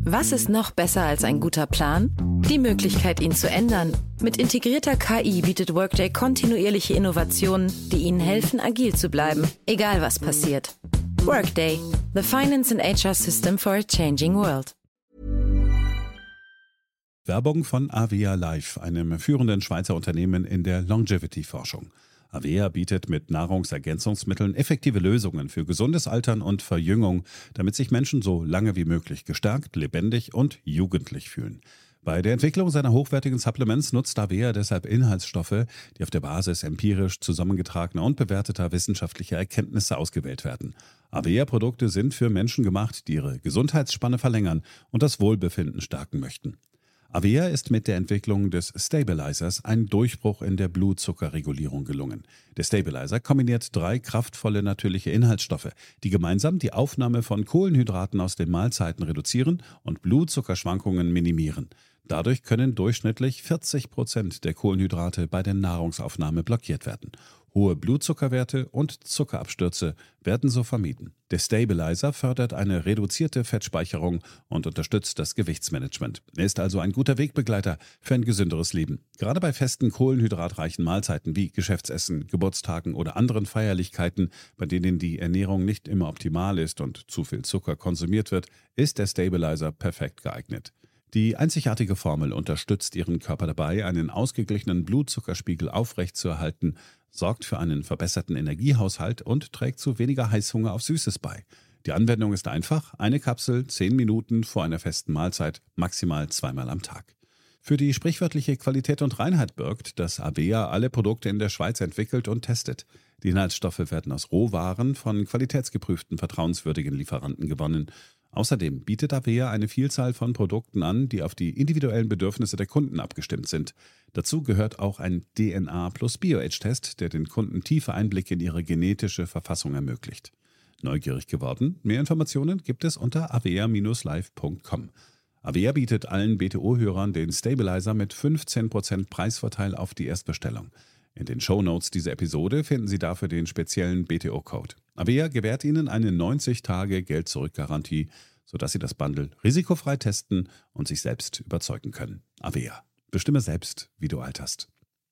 Was ist noch besser als ein guter Plan? Die Möglichkeit, ihn zu ändern. Mit integrierter KI bietet Workday kontinuierliche Innovationen, die Ihnen helfen, agil zu bleiben, egal was passiert. Workday, the finance and HR system for a changing world. Werbung von Avea Life, einem führenden Schweizer Unternehmen in der Longevity-Forschung. Avea bietet mit Nahrungsergänzungsmitteln effektive Lösungen für gesundes Altern und Verjüngung, damit sich Menschen so lange wie möglich gestärkt, lebendig und jugendlich fühlen. Bei der Entwicklung seiner hochwertigen Supplements nutzt Avea deshalb Inhaltsstoffe, die auf der Basis empirisch zusammengetragener und bewerteter wissenschaftlicher Erkenntnisse ausgewählt werden. Avea-Produkte sind für Menschen gemacht, die ihre Gesundheitsspanne verlängern und das Wohlbefinden stärken möchten. Avea ist mit der Entwicklung des Stabilizers ein Durchbruch in der Blutzuckerregulierung gelungen. Der Stabilizer kombiniert 3 kraftvolle natürliche Inhaltsstoffe, die gemeinsam die Aufnahme von Kohlenhydraten aus den Mahlzeiten reduzieren und Blutzuckerschwankungen minimieren. Dadurch können durchschnittlich 40% der Kohlenhydrate bei der Nahrungsaufnahme blockiert werden. Hohe Blutzuckerwerte und Zuckerabstürze werden so vermieden. Der Stabilizer fördert eine reduzierte Fettspeicherung und unterstützt das Gewichtsmanagement. Er ist also ein guter Wegbegleiter für ein gesünderes Leben. Gerade bei festen kohlenhydratreichen Mahlzeiten wie Geschäftsessen, Geburtstagen oder anderen Feierlichkeiten, bei denen die Ernährung nicht immer optimal ist und zu viel Zucker konsumiert wird, ist der Stabilizer perfekt geeignet. Die einzigartige Formel unterstützt Ihren Körper dabei, einen ausgeglichenen Blutzuckerspiegel aufrechtzuerhalten, sorgt für einen verbesserten Energiehaushalt und trägt zu weniger Heißhunger auf Süßes bei. Die Anwendung ist einfach: eine Kapsel 10 Minuten vor einer festen Mahlzeit, maximal 2-mal am Tag. Für die sprichwörtliche Qualität und Reinheit birgt, dass Avea alle Produkte in der Schweiz entwickelt und testet. Die Inhaltsstoffe werden aus Rohwaren von qualitätsgeprüften, vertrauenswürdigen Lieferanten gewonnen. Außerdem bietet Avea eine Vielzahl von Produkten an, die auf die individuellen Bedürfnisse der Kunden abgestimmt sind. Dazu gehört auch ein DNA plus Bio-Age-Test, der den Kunden tiefe Einblicke in ihre genetische Verfassung ermöglicht. Neugierig geworden? Mehr Informationen gibt es unter avea-live.com. Avea bietet allen BTO-Hörern den Stabilizer mit 15% Preisvorteil auf die Erstbestellung. In den Shownotes dieser Episode finden Sie dafür den speziellen BTO-Code. Avea gewährt Ihnen eine 90-Tage-Geld-Zurück-Garantie, sodass Sie das Bundle risikofrei testen und sich selbst überzeugen können. Avea. Bestimme selbst, wie du alterst.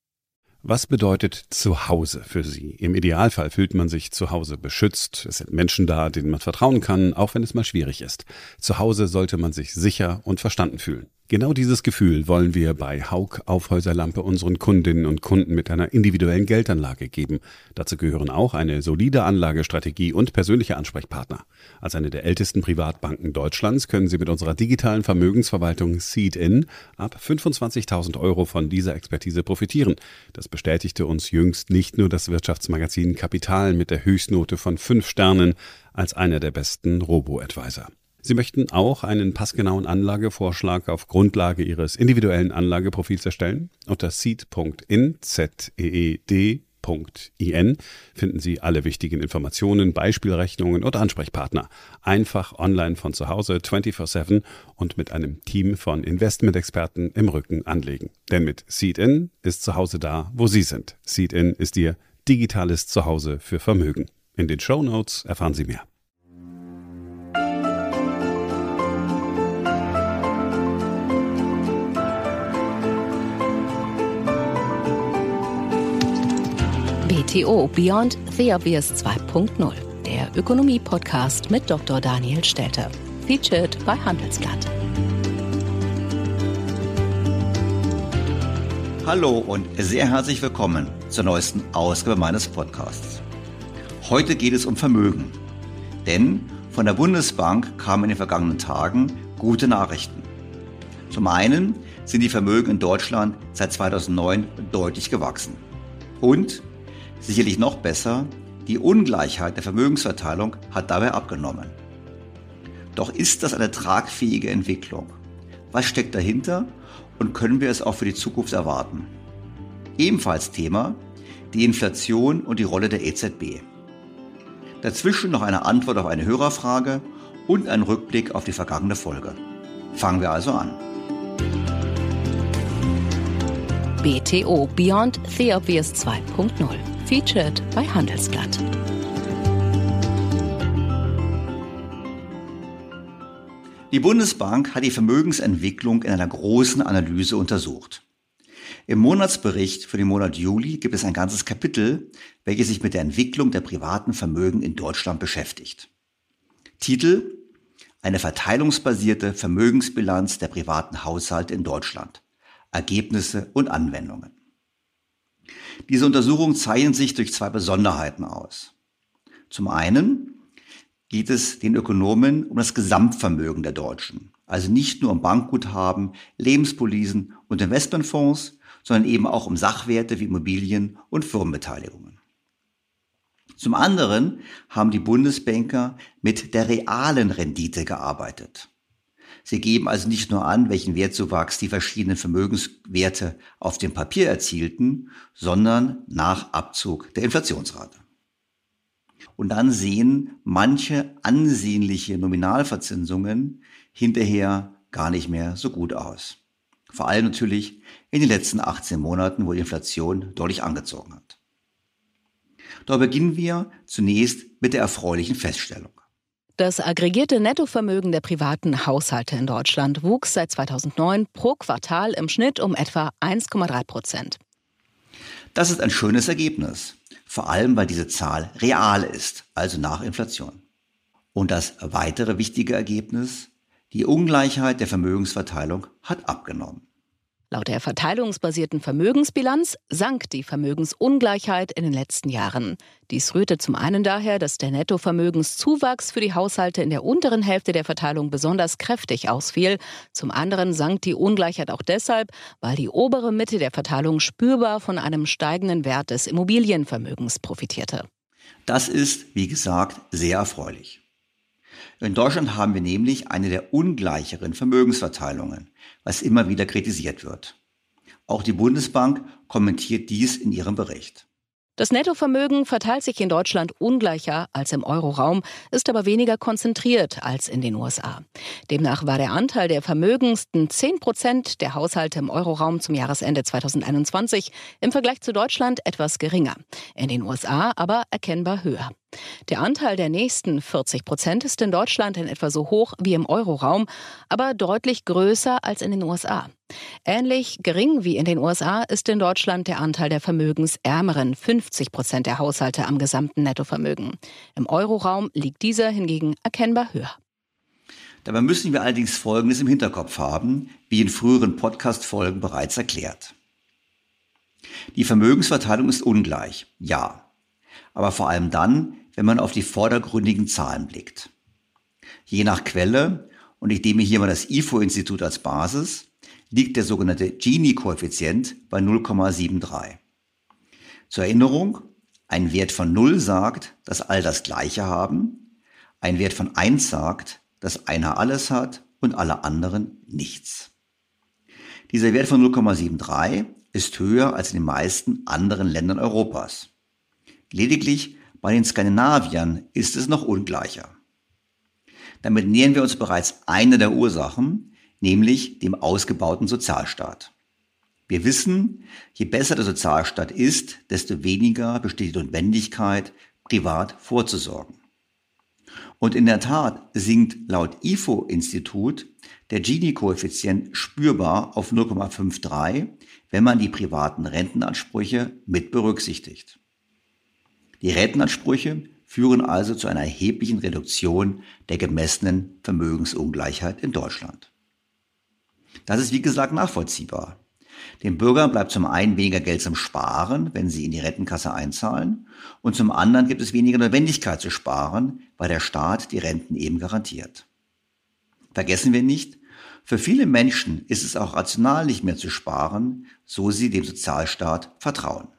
Was bedeutet Zuhause für Sie? Im Idealfall fühlt man sich zu Hause beschützt. Es sind Menschen da, denen man vertrauen kann, auch wenn es mal schwierig ist. Zu Hause sollte man sich sicher und verstanden fühlen. Genau dieses Gefühl wollen wir bei Hauck Aufhäuserlampe unseren Kundinnen und Kunden mit einer individuellen Geldanlage geben. Dazu gehören auch eine solide Anlagestrategie und persönliche Ansprechpartner. Als eine der ältesten Privatbanken Deutschlands können Sie mit unserer digitalen Vermögensverwaltung Seed-In ab 25.000 € von dieser Expertise profitieren. Das bestätigte uns jüngst nicht nur das Wirtschaftsmagazin Kapital mit der Höchstnote von 5 Sternen als einer der besten Robo-Advisor. Sie möchten auch einen passgenauen Anlagevorschlag auf Grundlage Ihres individuellen Anlageprofils erstellen? Unter seed.in, zeed.in, finden Sie alle wichtigen Informationen, Beispielrechnungen und Ansprechpartner. Einfach online von zu Hause 24/7 und mit einem Team von Investmentexperten im Rücken anlegen. Denn mit Seed-In ist zu Hause da, wo Sie sind. Seed-In ist Ihr digitales Zuhause für Vermögen. In den Shownotes erfahren Sie mehr. BTO Beyond the Obvious 2.0, der Ökonomie-Podcast mit Dr. Daniel Stelter. Featured bei Handelsblatt. Hallo und sehr herzlich willkommen zur neuesten Ausgabe meines Podcasts. Heute geht es um Vermögen. Denn von der Bundesbank kamen in den vergangenen Tagen gute Nachrichten. Zum einen sind die Vermögen in Deutschland seit 2009 deutlich gewachsen. Und sicherlich noch besser, die Ungleichheit der Vermögensverteilung hat dabei abgenommen. Doch ist das eine tragfähige Entwicklung? Was steckt dahinter und können wir es auch für die Zukunft erwarten? Ebenfalls Thema: die Inflation und die Rolle der EZB. Dazwischen noch eine Antwort auf eine Hörerfrage und ein Rückblick auf die vergangene Folge. Fangen wir also an. BTO Beyond the Obvious 2.0, featured bei Handelsblatt. Die Bundesbank hat die Vermögensentwicklung in einer großen Analyse untersucht. Im Monatsbericht für den Monat Juli gibt es ein ganzes Kapitel, welches sich mit der Entwicklung der privaten Vermögen in Deutschland beschäftigt. Titel: Eine verteilungsbasierte Vermögensbilanz der privaten Haushalte in Deutschland. Ergebnisse und Anwendungen. Diese Untersuchung zeichnet sich durch zwei Besonderheiten aus. Zum einen geht es den Ökonomen um das Gesamtvermögen der Deutschen, also nicht nur um Bankguthaben, Lebenspolisen und Investmentfonds, sondern eben auch um Sachwerte wie Immobilien und Firmenbeteiligungen. Zum anderen haben die Bundesbanker mit der realen Rendite gearbeitet. Sie geben also nicht nur an, welchen Wertzuwachs die verschiedenen Vermögenswerte auf dem Papier erzielten, sondern nach Abzug der Inflationsrate. Und dann sehen manche ansehnliche Nominalverzinsungen hinterher gar nicht mehr so gut aus. Vor allem natürlich in den letzten 18 Monaten, wo die Inflation deutlich angezogen hat. Doch beginnen wir zunächst mit der erfreulichen Feststellung. Das aggregierte Nettovermögen der privaten Haushalte in Deutschland wuchs seit 2009 pro Quartal im Schnitt um etwa 1,3%. Das ist ein schönes Ergebnis, vor allem weil diese Zahl real ist, also nach Inflation. Und das weitere wichtige Ergebnis: Die Ungleichheit der Vermögensverteilung hat abgenommen. Laut der verteilungsbasierten Vermögensbilanz sank die Vermögensungleichheit in den letzten Jahren. Dies rührte zum einen daher, dass der Nettovermögenszuwachs für die Haushalte in der unteren Hälfte der Verteilung besonders kräftig ausfiel. Zum anderen sank die Ungleichheit auch deshalb, weil die obere Mitte der Verteilung spürbar von einem steigenden Wert des Immobilienvermögens profitierte. Das ist, wie gesagt, sehr erfreulich. In Deutschland haben wir nämlich eine der ungleicheren Vermögensverteilungen, was immer wieder kritisiert wird. Auch die Bundesbank kommentiert dies in ihrem Bericht. Das Nettovermögen verteilt sich in Deutschland ungleicher als im Euroraum, ist aber weniger konzentriert als in den USA. Demnach war der Anteil der vermögendsten 10% der Haushalte im Euroraum zum Jahresende 2021 im Vergleich zu Deutschland etwas geringer, in den USA aber erkennbar höher. Der Anteil der nächsten 40% ist in Deutschland in etwa so hoch wie im Euroraum, aber deutlich größer als in den USA. Ähnlich gering wie in den USA ist in Deutschland der Anteil der vermögensärmeren 50% der Haushalte am gesamten Nettovermögen. Im Euroraum liegt dieser hingegen erkennbar höher. Dabei müssen wir allerdings Folgendes im Hinterkopf haben, wie in früheren Podcast-Folgen bereits erklärt. Die Vermögensverteilung ist ungleich, ja. Aber vor allem dann, wenn man auf die vordergründigen Zahlen blickt. Je nach Quelle, und ich nehme hier mal das IFO-Institut als Basis, liegt der sogenannte Gini-Koeffizient bei 0,73. Zur Erinnerung, ein Wert von 0 sagt, dass alle das Gleiche haben, ein Wert von 1 sagt, dass einer alles hat und alle anderen nichts. Dieser Wert von 0,73 ist höher als in den meisten anderen Ländern Europas. Lediglich bei den Skandinaviern ist es noch ungleicher. Damit nähern wir uns bereits einer der Ursachen, nämlich dem ausgebauten Sozialstaat. Wir wissen, je besser der Sozialstaat ist, desto weniger besteht die Notwendigkeit, privat vorzusorgen. Und in der Tat sinkt laut IFO-Institut der Gini-Koeffizient spürbar auf 0,53, wenn man die privaten Rentenansprüche mit berücksichtigt. Die Rentenansprüche führen also zu einer erheblichen Reduktion der gemessenen Vermögensungleichheit in Deutschland. Das ist wie gesagt nachvollziehbar. Den Bürgern bleibt zum einen weniger Geld zum Sparen, wenn sie in die Rentenkasse einzahlen, und zum anderen gibt es weniger Notwendigkeit zu sparen, weil der Staat die Renten eben garantiert. Vergessen wir nicht, für viele Menschen ist es auch rational nicht mehr zu sparen, so sie dem Sozialstaat vertrauen.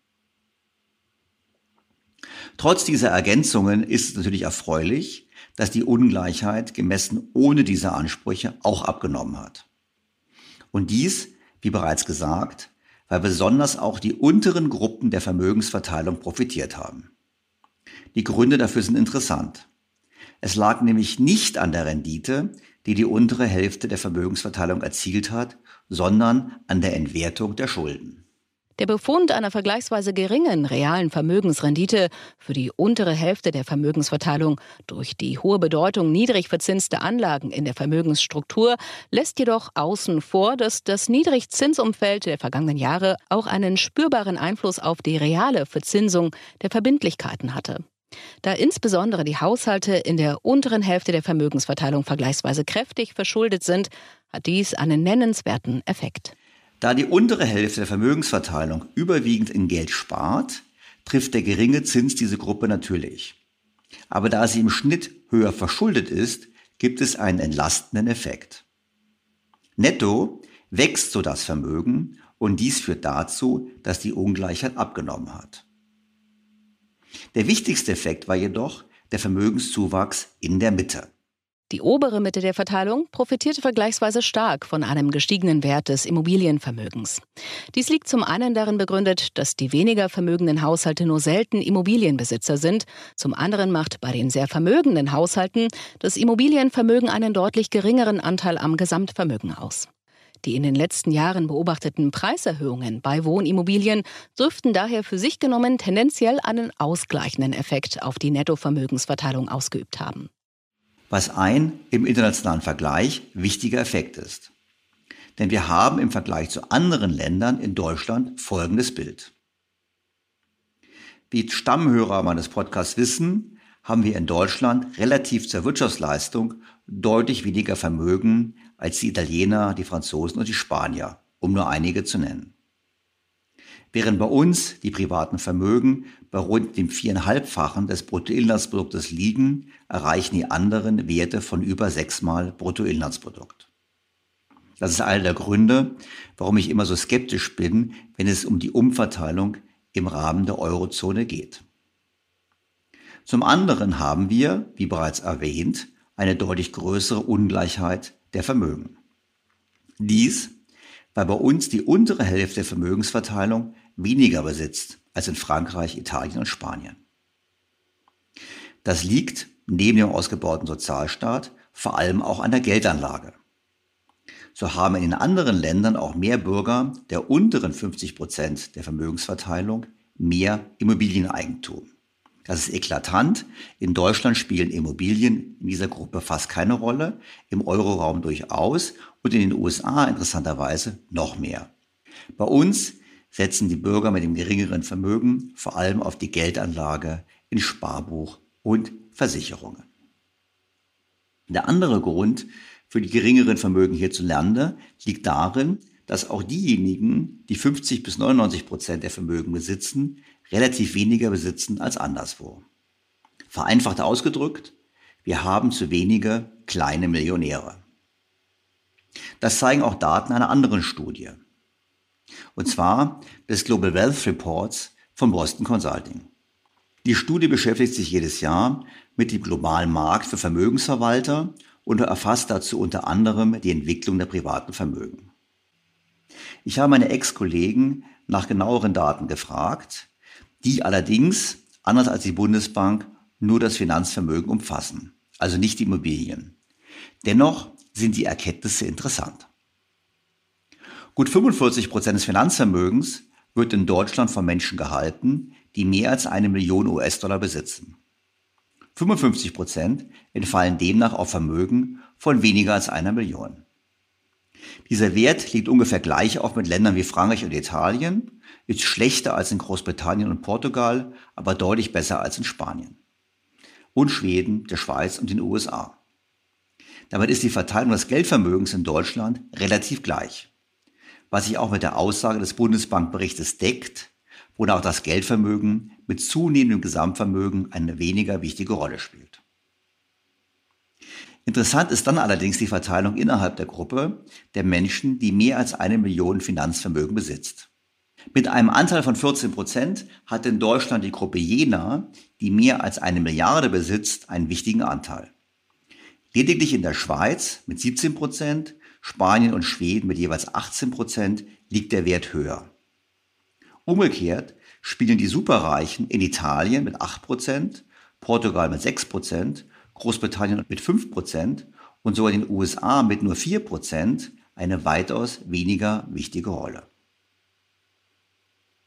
Trotz dieser Ergänzungen ist es natürlich erfreulich, dass die Ungleichheit gemessen ohne diese Ansprüche auch abgenommen hat. Und dies, wie bereits gesagt, weil besonders auch die unteren Gruppen der Vermögensverteilung profitiert haben. Die Gründe dafür sind interessant. Es lag nämlich nicht an der Rendite, die die untere Hälfte der Vermögensverteilung erzielt hat, sondern an der Entwertung der Schulden. Der Befund einer vergleichsweise geringen realen Vermögensrendite für die untere Hälfte der Vermögensverteilung durch die hohe Bedeutung niedrig verzinster Anlagen in der Vermögensstruktur lässt jedoch außen vor, dass das Niedrigzinsumfeld der vergangenen Jahre auch einen spürbaren Einfluss auf die reale Verzinsung der Verbindlichkeiten hatte. Da insbesondere die Haushalte in der unteren Hälfte der Vermögensverteilung vergleichsweise kräftig verschuldet sind, hat dies einen nennenswerten Effekt. Da die untere Hälfte der Vermögensverteilung überwiegend in Geld spart, trifft der geringe Zins diese Gruppe natürlich. Aber da sie im Schnitt höher verschuldet ist, gibt es einen entlastenden Effekt. Netto wächst so das Vermögen und dies führt dazu, dass die Ungleichheit abgenommen hat. Der wichtigste Effekt war jedoch der Vermögenszuwachs in der Mitte. Die obere Mitte der Verteilung profitierte vergleichsweise stark von einem gestiegenen Wert des Immobilienvermögens. Dies liegt zum einen darin begründet, dass die weniger vermögenden Haushalte nur selten Immobilienbesitzer sind. Zum anderen macht bei den sehr vermögenden Haushalten das Immobilienvermögen einen deutlich geringeren Anteil am Gesamtvermögen aus. Die in den letzten Jahren beobachteten Preiserhöhungen bei Wohnimmobilien dürften daher für sich genommen tendenziell einen ausgleichenden Effekt auf die Nettovermögensverteilung ausgeübt haben. Was ein im internationalen Vergleich wichtiger Effekt ist. Denn wir haben im Vergleich zu anderen Ländern in Deutschland folgendes Bild. Wie Stammhörer meines Podcasts wissen, haben wir in Deutschland relativ zur Wirtschaftsleistung deutlich weniger Vermögen als die Italiener, die Franzosen und die Spanier, um nur einige zu nennen. Während bei uns die privaten Vermögen bei rund dem 4,5-fachen des Bruttoinlandsproduktes liegen, erreichen die anderen Werte von über 6-mal Bruttoinlandsprodukt. Das ist einer der Gründe, warum ich immer so skeptisch bin, wenn es um die Umverteilung im Rahmen der Eurozone geht. Zum anderen haben wir, wie bereits erwähnt, eine deutlich größere Ungleichheit der Vermögen. Dies, weil bei uns die untere Hälfte der Vermögensverteilung weniger besitzt als in Frankreich, Italien und Spanien. Das liegt neben dem ausgebauten Sozialstaat vor allem auch an der Geldanlage. So haben in den anderen Ländern auch mehr Bürger der unteren 50% der Vermögensverteilung mehr Immobilieneigentum. Das ist eklatant. In Deutschland spielen Immobilien in dieser Gruppe fast keine Rolle, im Euroraum durchaus und in den USA interessanterweise noch mehr. Bei uns setzen die Bürger mit dem geringeren Vermögen vor allem auf die Geldanlage in Sparbuch und Versicherungen. Der andere Grund für die geringeren Vermögen hierzulande liegt darin, dass auch diejenigen, die 50-99% der Vermögen besitzen, relativ weniger besitzen als anderswo. Vereinfacht ausgedrückt, wir haben zu wenige kleine Millionäre. Das zeigen auch Daten einer anderen Studie. Und zwar des Global Wealth Reports von Boston Consulting. Die Studie beschäftigt sich jedes Jahr mit dem globalen Markt für Vermögensverwalter und erfasst dazu unter anderem die Entwicklung der privaten Vermögen. Ich habe meine Ex-Kollegen nach genaueren Daten gefragt, die allerdings, anders als die Bundesbank, nur das Finanzvermögen umfassen, also nicht die Immobilien. Dennoch sind die Erkenntnisse interessant. Gut 45% des Finanzvermögens wird in Deutschland von Menschen gehalten, die mehr als 1 Million US-Dollar besitzen. 55% entfallen demnach auf Vermögen von weniger als 1 Million. Dieser Wert liegt ungefähr gleich auf mit Ländern wie Frankreich und Italien, ist schlechter als in Großbritannien und Portugal, aber deutlich besser als in Spanien. Und Schweden, der Schweiz und den USA. Damit ist die Verteilung des Geldvermögens in Deutschland relativ gleich, was sich auch mit der Aussage des Bundesbankberichtes deckt, wonach das Geldvermögen mit zunehmendem Gesamtvermögen eine weniger wichtige Rolle spielt. Interessant ist dann allerdings die Verteilung innerhalb der Gruppe der Menschen, die mehr als 1 Million Finanzvermögen besitzt. Mit einem Anteil von 14% hat in Deutschland die Gruppe jener, die mehr als 1 Milliarde besitzt, einen wichtigen Anteil. Lediglich in der Schweiz mit 17%, Spanien und Schweden mit jeweils 18% liegt der Wert höher. Umgekehrt spielen die Superreichen in Italien mit 8%, Portugal mit 6%, Großbritannien mit 5% und sogar in den USA mit nur 4% eine weitaus weniger wichtige Rolle.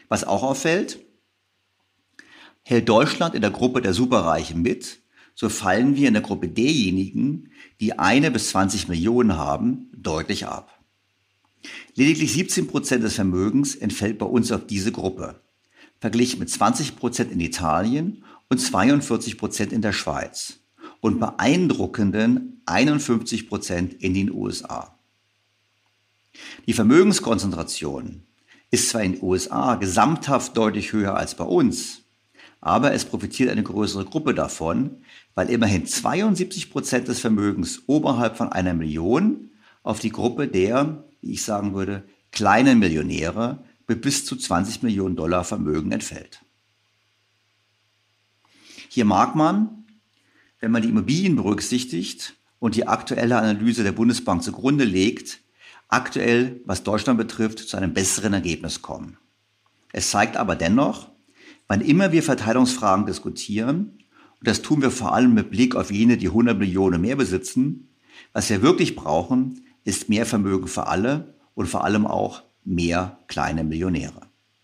Was auch auffällt, hält Deutschland in der Gruppe der Superreichen mit, so fallen wir in der Gruppe derjenigen, die 1 bis 20 Millionen haben, deutlich ab. Lediglich 17% des Vermögens entfällt bei uns auf diese Gruppe, verglichen mit 20% in Italien und 42% in der Schweiz und beeindruckenden 51% in den USA. Die Vermögenskonzentration ist zwar in den USA gesamthaft deutlich höher als bei uns, aber es profitiert eine größere Gruppe davon, weil immerhin 72% des Vermögens oberhalb von 1 Million auf die Gruppe der, wie ich sagen würde, kleinen Millionäre mit bis zu 20 Millionen Dollar Vermögen entfällt. Hier mag man, wenn man die Immobilien berücksichtigt und die aktuelle Analyse der Bundesbank zugrunde legt, aktuell, was Deutschland betrifft, zu einem besseren Ergebnis kommen. Es zeigt aber dennoch, wann immer wir Verteilungsfragen diskutieren, und das tun wir vor allem mit Blick auf jene, die 100 Millionen mehr besitzen, was wir wirklich brauchen, ist mehr Vermögen für alle und vor allem auch mehr kleine Millionäre.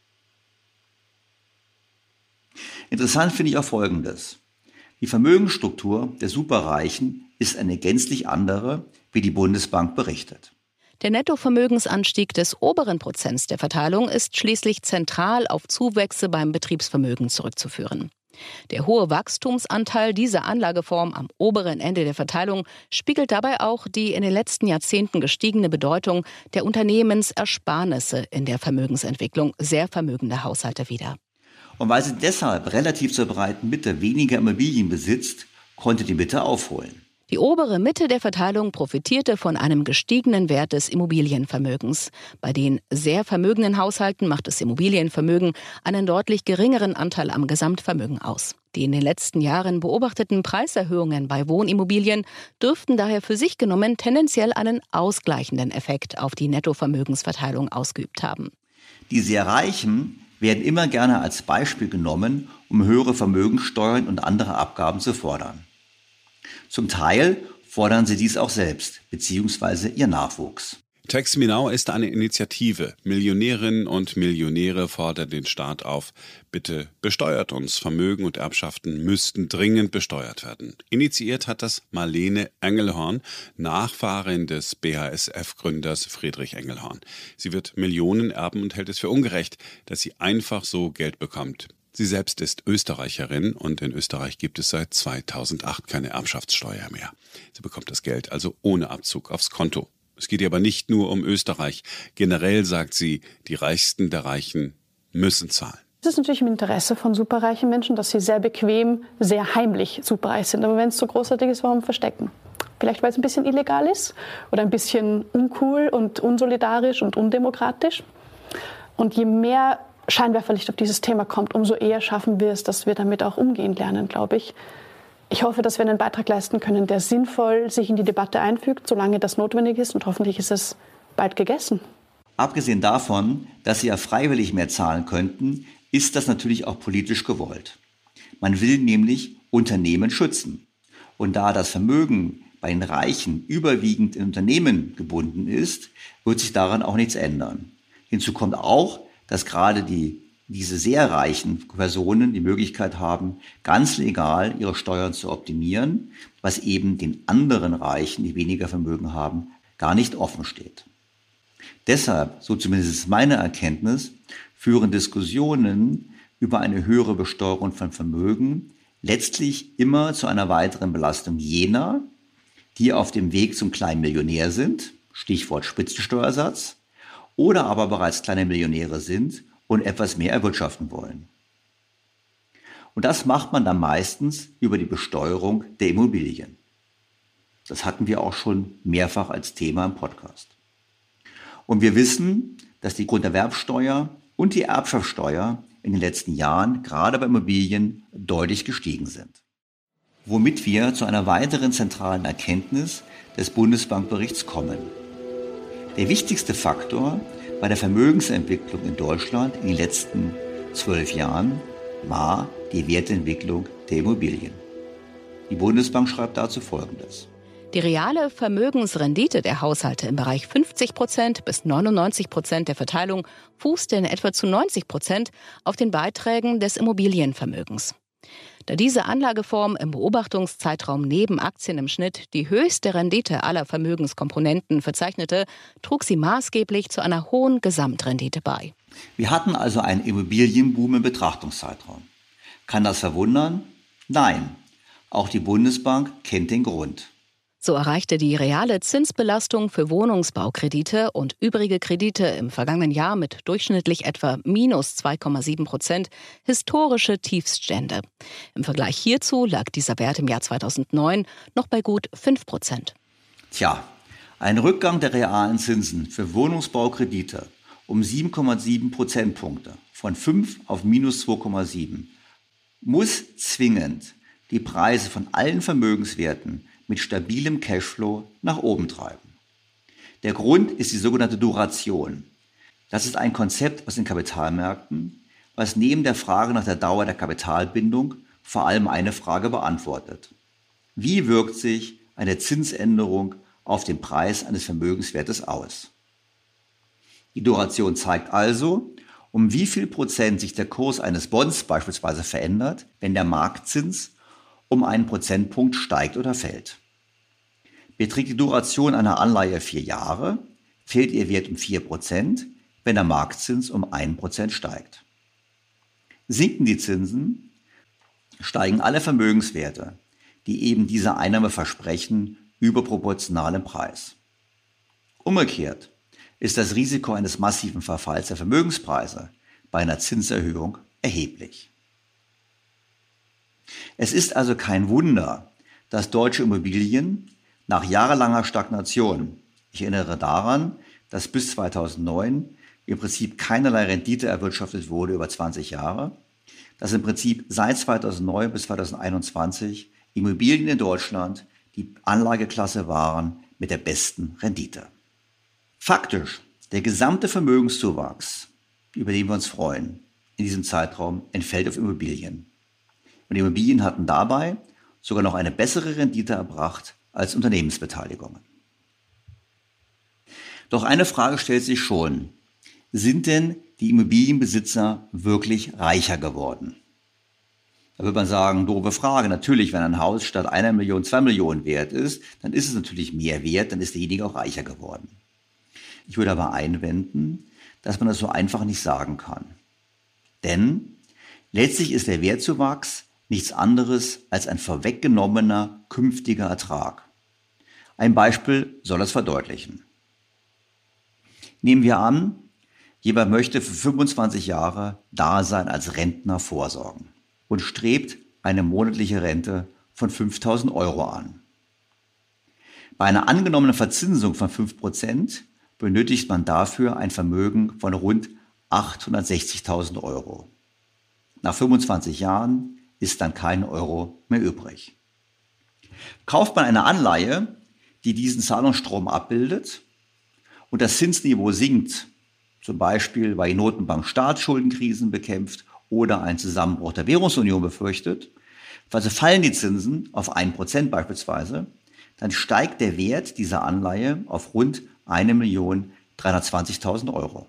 Interessant finde ich auch Folgendes. Die Vermögensstruktur der Superreichen ist eine gänzlich andere, wie die Bundesbank berichtet. Der Nettovermögensanstieg des oberen Prozents der Verteilung ist schließlich zentral auf Zuwächse beim Betriebsvermögen zurückzuführen. Der hohe Wachstumsanteil dieser Anlageform am oberen Ende der Verteilung spiegelt dabei auch die in den letzten Jahrzehnten gestiegene Bedeutung der Unternehmensersparnisse in der Vermögensentwicklung sehr vermögender Haushalte wider. Und weil sie deshalb relativ zur breiten Mitte weniger Immobilien besitzt, konnte die Mitte aufholen. Die obere Mitte der Verteilung profitierte von einem gestiegenen Wert des Immobilienvermögens. Bei den sehr vermögenden Haushalten macht das Immobilienvermögen einen deutlich geringeren Anteil am Gesamtvermögen aus. Die in den letzten Jahren beobachteten Preiserhöhungen bei Wohnimmobilien dürften daher für sich genommen tendenziell einen ausgleichenden Effekt auf die Nettovermögensverteilung ausgeübt haben. Die sehr Reichen werden immer gerne als Beispiel genommen, um höhere Vermögenssteuern und andere Abgaben zu fordern. Zum Teil fordern sie dies auch selbst, beziehungsweise ihr Nachwuchs. Tax Me Now ist eine Initiative. Millionärinnen und Millionäre fordern den Staat auf, bitte besteuert uns. Vermögen und Erbschaften müssten dringend besteuert werden. Initiiert hat das Marlene Engelhorn, Nachfahrin des BASF-Gründers Friedrich Engelhorn. Sie wird Millionen erben und hält es für ungerecht, dass sie einfach so Geld bekommt. Sie selbst ist Österreicherin und in Österreich gibt es seit 2008 keine Erbschaftssteuer mehr. Sie bekommt das Geld also ohne Abzug aufs Konto. Es geht ihr aber nicht nur um Österreich. Generell sagt sie, die Reichsten der Reichen müssen zahlen. Es ist natürlich im Interesse von superreichen Menschen, dass sie sehr bequem, sehr heimlich superreich sind. Aber wenn es so großartig ist, warum verstecken? Vielleicht, weil es ein bisschen illegal ist oder ein bisschen uncool und unsolidarisch und undemokratisch. Und je mehr Scheinwerferlicht auf dieses Thema kommt, umso eher schaffen wir es, dass wir damit auch umgehen lernen, glaube ich. Ich hoffe, dass wir einen Beitrag leisten können, der sinnvoll sich in die Debatte einfügt, solange das notwendig ist, und hoffentlich ist es bald gegessen. Abgesehen davon, dass sie ja freiwillig mehr zahlen könnten, ist das natürlich auch politisch gewollt. Man will nämlich Unternehmen schützen. Und da das Vermögen bei den Reichen überwiegend in Unternehmen gebunden ist, wird sich daran auch nichts ändern. Hinzu kommt auch, dass gerade diese sehr reichen Personen die Möglichkeit haben, ganz legal ihre Steuern zu optimieren, was eben den anderen Reichen, die weniger Vermögen haben, gar nicht offen steht. Deshalb, so zumindest meine Erkenntnis, führen Diskussionen über eine höhere Besteuerung von Vermögen letztlich immer zu einer weiteren Belastung jener, die auf dem Weg zum kleinen Millionär sind, Stichwort Spitzensteuersatz, oder aber bereits kleine Millionäre sind und etwas mehr erwirtschaften wollen. Und das macht man dann meistens über die Besteuerung der Immobilien. Das hatten wir auch schon mehrfach als Thema im Podcast. Und wir wissen, dass die Grunderwerbsteuer und die Erbschaftssteuer in den letzten Jahren gerade bei Immobilien deutlich gestiegen sind. Womit wir zu einer weiteren zentralen Erkenntnis des Bundesbankberichts kommen. Der wichtigste Faktor bei der Vermögensentwicklung in Deutschland in den letzten 12 Jahren war die Wertentwicklung der Immobilien. Die Bundesbank schreibt dazu Folgendes. Die reale Vermögensrendite der Haushalte im Bereich 50% bis 99% der Verteilung fußt in etwa zu 90% auf den Beiträgen des Immobilienvermögens. Da diese Anlageform im Beobachtungszeitraum neben Aktien im Schnitt die höchste Rendite aller Vermögenskomponenten verzeichnete, trug sie maßgeblich zu einer hohen Gesamtrendite bei. Wir hatten also einen Immobilienboom im Betrachtungszeitraum. Kann das verwundern? Nein. Auch die Bundesbank kennt den Grund. So erreichte die reale Zinsbelastung für Wohnungsbaukredite und übrige Kredite im vergangenen Jahr mit durchschnittlich etwa minus 2,7% historische Tiefststände. Im Vergleich hierzu lag dieser Wert im Jahr 2009 noch bei gut 5%. Tja, ein Rückgang der realen Zinsen für Wohnungsbaukredite um 7,7 Prozentpunkte von 5 auf minus 2,7 muss zwingend die Preise von allen Vermögenswerten mit stabilem Cashflow nach oben treiben. Der Grund ist die sogenannte Duration. Das ist ein Konzept aus den Kapitalmärkten, was neben der Frage nach der Dauer der Kapitalbindung vor allem eine Frage beantwortet. Wie wirkt sich eine Zinsänderung auf den Preis eines Vermögenswertes aus? Die Duration zeigt also, um wie viel Prozent sich der Kurs eines Bonds beispielsweise verändert, wenn der Marktzins um einen Prozentpunkt steigt oder fällt. Beträgt die Duration einer Anleihe 4 Jahre, fällt ihr Wert um 4%, wenn der Marktzins um 1% steigt. Sinken die Zinsen, steigen alle Vermögenswerte, die eben diese Einnahme versprechen, überproportional im Preis. Umgekehrt ist das Risiko eines massiven Verfalls der Vermögenspreise bei einer Zinserhöhung erheblich. Es ist also kein Wunder, dass deutsche Immobilien nach jahrelanger Stagnation, ich erinnere daran, dass bis 2009 im Prinzip keinerlei Rendite erwirtschaftet wurde über 20 Jahre, dass im Prinzip seit 2009 bis 2021 Immobilien in Deutschland die Anlageklasse waren mit der besten Rendite. Faktisch, der gesamte Vermögenszuwachs, über den wir uns freuen, in diesem Zeitraum entfällt auf Immobilien. Und die Immobilien hatten dabei sogar noch eine bessere Rendite erbracht als Unternehmensbeteiligungen. Doch eine Frage stellt sich schon: Sind denn die Immobilienbesitzer wirklich reicher geworden? Da würde man sagen, doofe Frage. Natürlich, wenn ein Haus statt 1 Million 2 Millionen wert ist, dann ist es natürlich mehr wert, dann ist derjenige auch reicher geworden. Ich würde aber einwenden, dass man das so einfach nicht sagen kann. Denn letztlich ist der Wertzuwachs nichts anderes als ein vorweggenommener künftiger Ertrag. Ein Beispiel soll das verdeutlichen. Nehmen wir an, jemand möchte für 25 Jahre Dasein als Rentner vorsorgen und strebt eine monatliche Rente von 5.000 Euro an. Bei einer angenommenen Verzinsung von 5% benötigt man dafür ein Vermögen von rund 860.000 Euro. Nach 25 Jahren ist dann kein Euro mehr übrig. Kauft man eine Anleihe, die diesen Zahlungsstrom abbildet und das Zinsniveau sinkt, zum Beispiel weil die Notenbank Staatsschuldenkrisen bekämpft oder einen Zusammenbruch der Währungsunion befürchtet, also fallen die Zinsen auf 1% beispielsweise, dann steigt der Wert dieser Anleihe auf rund 1.320.000 Euro.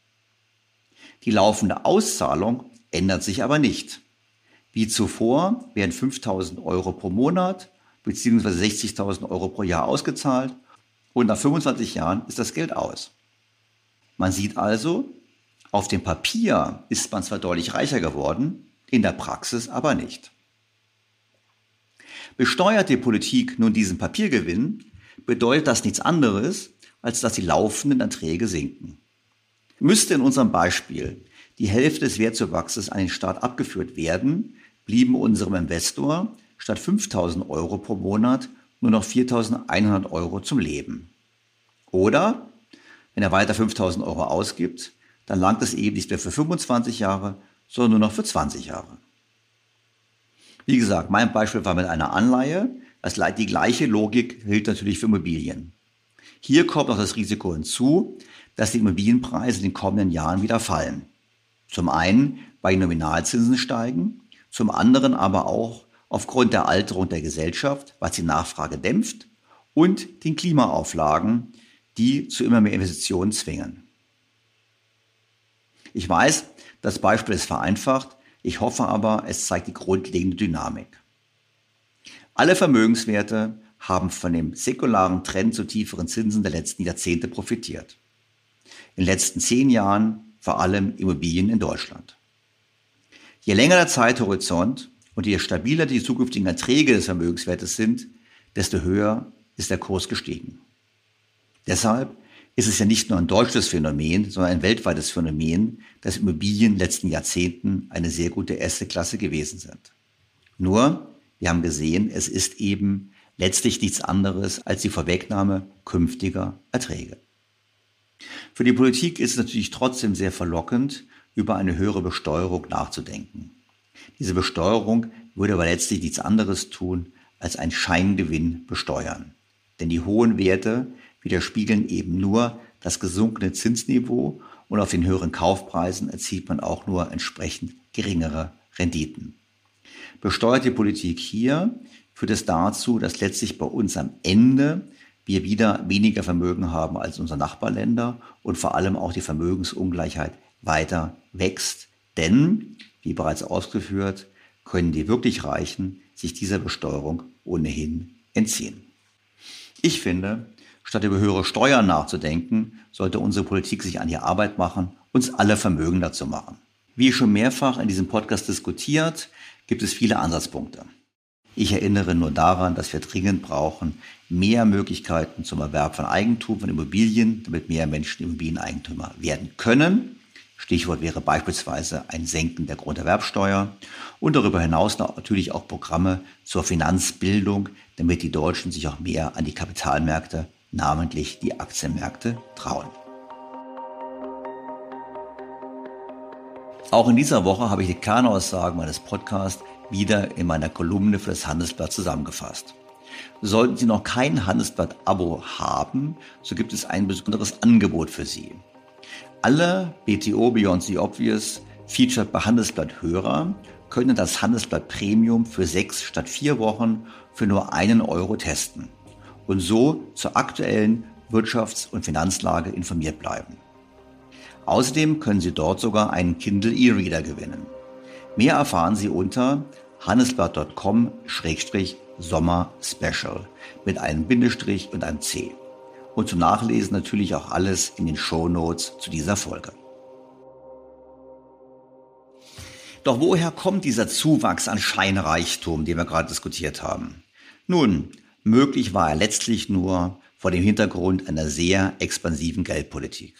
Die laufende Auszahlung ändert sich aber nicht. Wie zuvor werden 5.000 Euro pro Monat bzw. 60.000 Euro pro Jahr ausgezahlt und nach 25 Jahren ist das Geld aus. Man sieht also, auf dem Papier ist man zwar deutlich reicher geworden, in der Praxis aber nicht. Besteuert die Politik nun diesen Papiergewinn, bedeutet das nichts anderes, als dass die laufenden Erträge sinken. Müsste in unserem Beispiel die Hälfte des Wertzuwachses an den Staat abgeführt werden, blieben unserem Investor statt 5.000 Euro pro Monat nur noch 4.100 Euro zum Leben. Oder, wenn er weiter 5.000 Euro ausgibt, dann langt es eben nicht mehr für 25 Jahre, sondern nur noch für 20 Jahre. Wie gesagt, mein Beispiel war mit einer Anleihe. Die gleiche Logik gilt natürlich für Immobilien. Hier kommt noch das Risiko hinzu, dass die Immobilienpreise in den kommenden Jahren wieder fallen. Zum einen, weil die Nominalzinsen steigen, zum anderen aber auch aufgrund der Alterung der Gesellschaft, was die Nachfrage dämpft, und den Klimaauflagen, die zu immer mehr Investitionen zwingen. Ich weiß, das Beispiel ist vereinfacht, ich hoffe aber, es zeigt die grundlegende Dynamik. Alle Vermögenswerte haben von dem säkularen Trend zu tieferen Zinsen der letzten Jahrzehnte profitiert. In den letzten 10 Jahren vor allem Immobilien in Deutschland. Je länger der Zeithorizont und je stabiler die zukünftigen Erträge des Vermögenswertes sind, desto höher ist der Kurs gestiegen. Deshalb ist es ja nicht nur ein deutsches Phänomen, sondern ein weltweites Phänomen, dass Immobilien in den letzten Jahrzehnten eine sehr gute erste Klasse gewesen sind. Nur, wir haben gesehen, es ist eben letztlich nichts anderes als die Vorwegnahme künftiger Erträge. Für die Politik ist es natürlich trotzdem sehr verlockend, über eine höhere Besteuerung nachzudenken. Diese Besteuerung würde aber letztlich nichts anderes tun, als einen Scheingewinn besteuern. Denn die hohen Werte widerspiegeln eben nur das gesunkene Zinsniveau und auf den höheren Kaufpreisen erzielt man auch nur entsprechend geringere Renditen. Besteuert die Politik hier, führt es dazu, dass letztlich bei uns am Ende wir wieder weniger Vermögen haben als unsere Nachbarländer und vor allem auch die Vermögensungleichheit weiter wächst. Denn, wie bereits ausgeführt, können die wirklich Reichen sich dieser Besteuerung ohnehin entziehen. Ich finde, statt über höhere Steuern nachzudenken, sollte unsere Politik sich an die Arbeit machen, uns alle vermögender zu machen. Wie schon mehrfach in diesem Podcast diskutiert, gibt es viele Ansatzpunkte. Ich erinnere nur daran, dass wir dringend brauchen mehr Möglichkeiten zum Erwerb von Eigentum, von Immobilien, damit mehr Menschen Immobilieneigentümer werden können. Stichwort wäre beispielsweise ein Senken der Grunderwerbsteuer und darüber hinaus natürlich auch Programme zur Finanzbildung, damit die Deutschen sich auch mehr an die Kapitalmärkte, namentlich die Aktienmärkte, trauen. Auch in dieser Woche habe ich die Kernaussagen meines Podcasts wieder in meiner Kolumne für das Handelsblatt zusammengefasst. Sollten Sie noch kein Handelsblatt-Abo haben, so gibt es ein besonderes Angebot für Sie. Alle BTO Beyond the Obvious Featured bei Handelsblatt-Hörer können das Handelsblatt Premium für 6 statt 4 Wochen für nur 1 Euro testen und so zur aktuellen Wirtschafts- und Finanzlage informiert bleiben. Außerdem können Sie dort sogar einen Kindle E-Reader gewinnen. Mehr erfahren Sie unter handelsblatt.com/Sommer-Special mit einem Bindestrich und einem C. Und zum Nachlesen natürlich auch alles in den Shownotes zu dieser Folge. Doch woher kommt dieser Zuwachs an Scheinreichtum, den wir gerade diskutiert haben? Nun, möglich war er letztlich nur vor dem Hintergrund einer sehr expansiven Geldpolitik.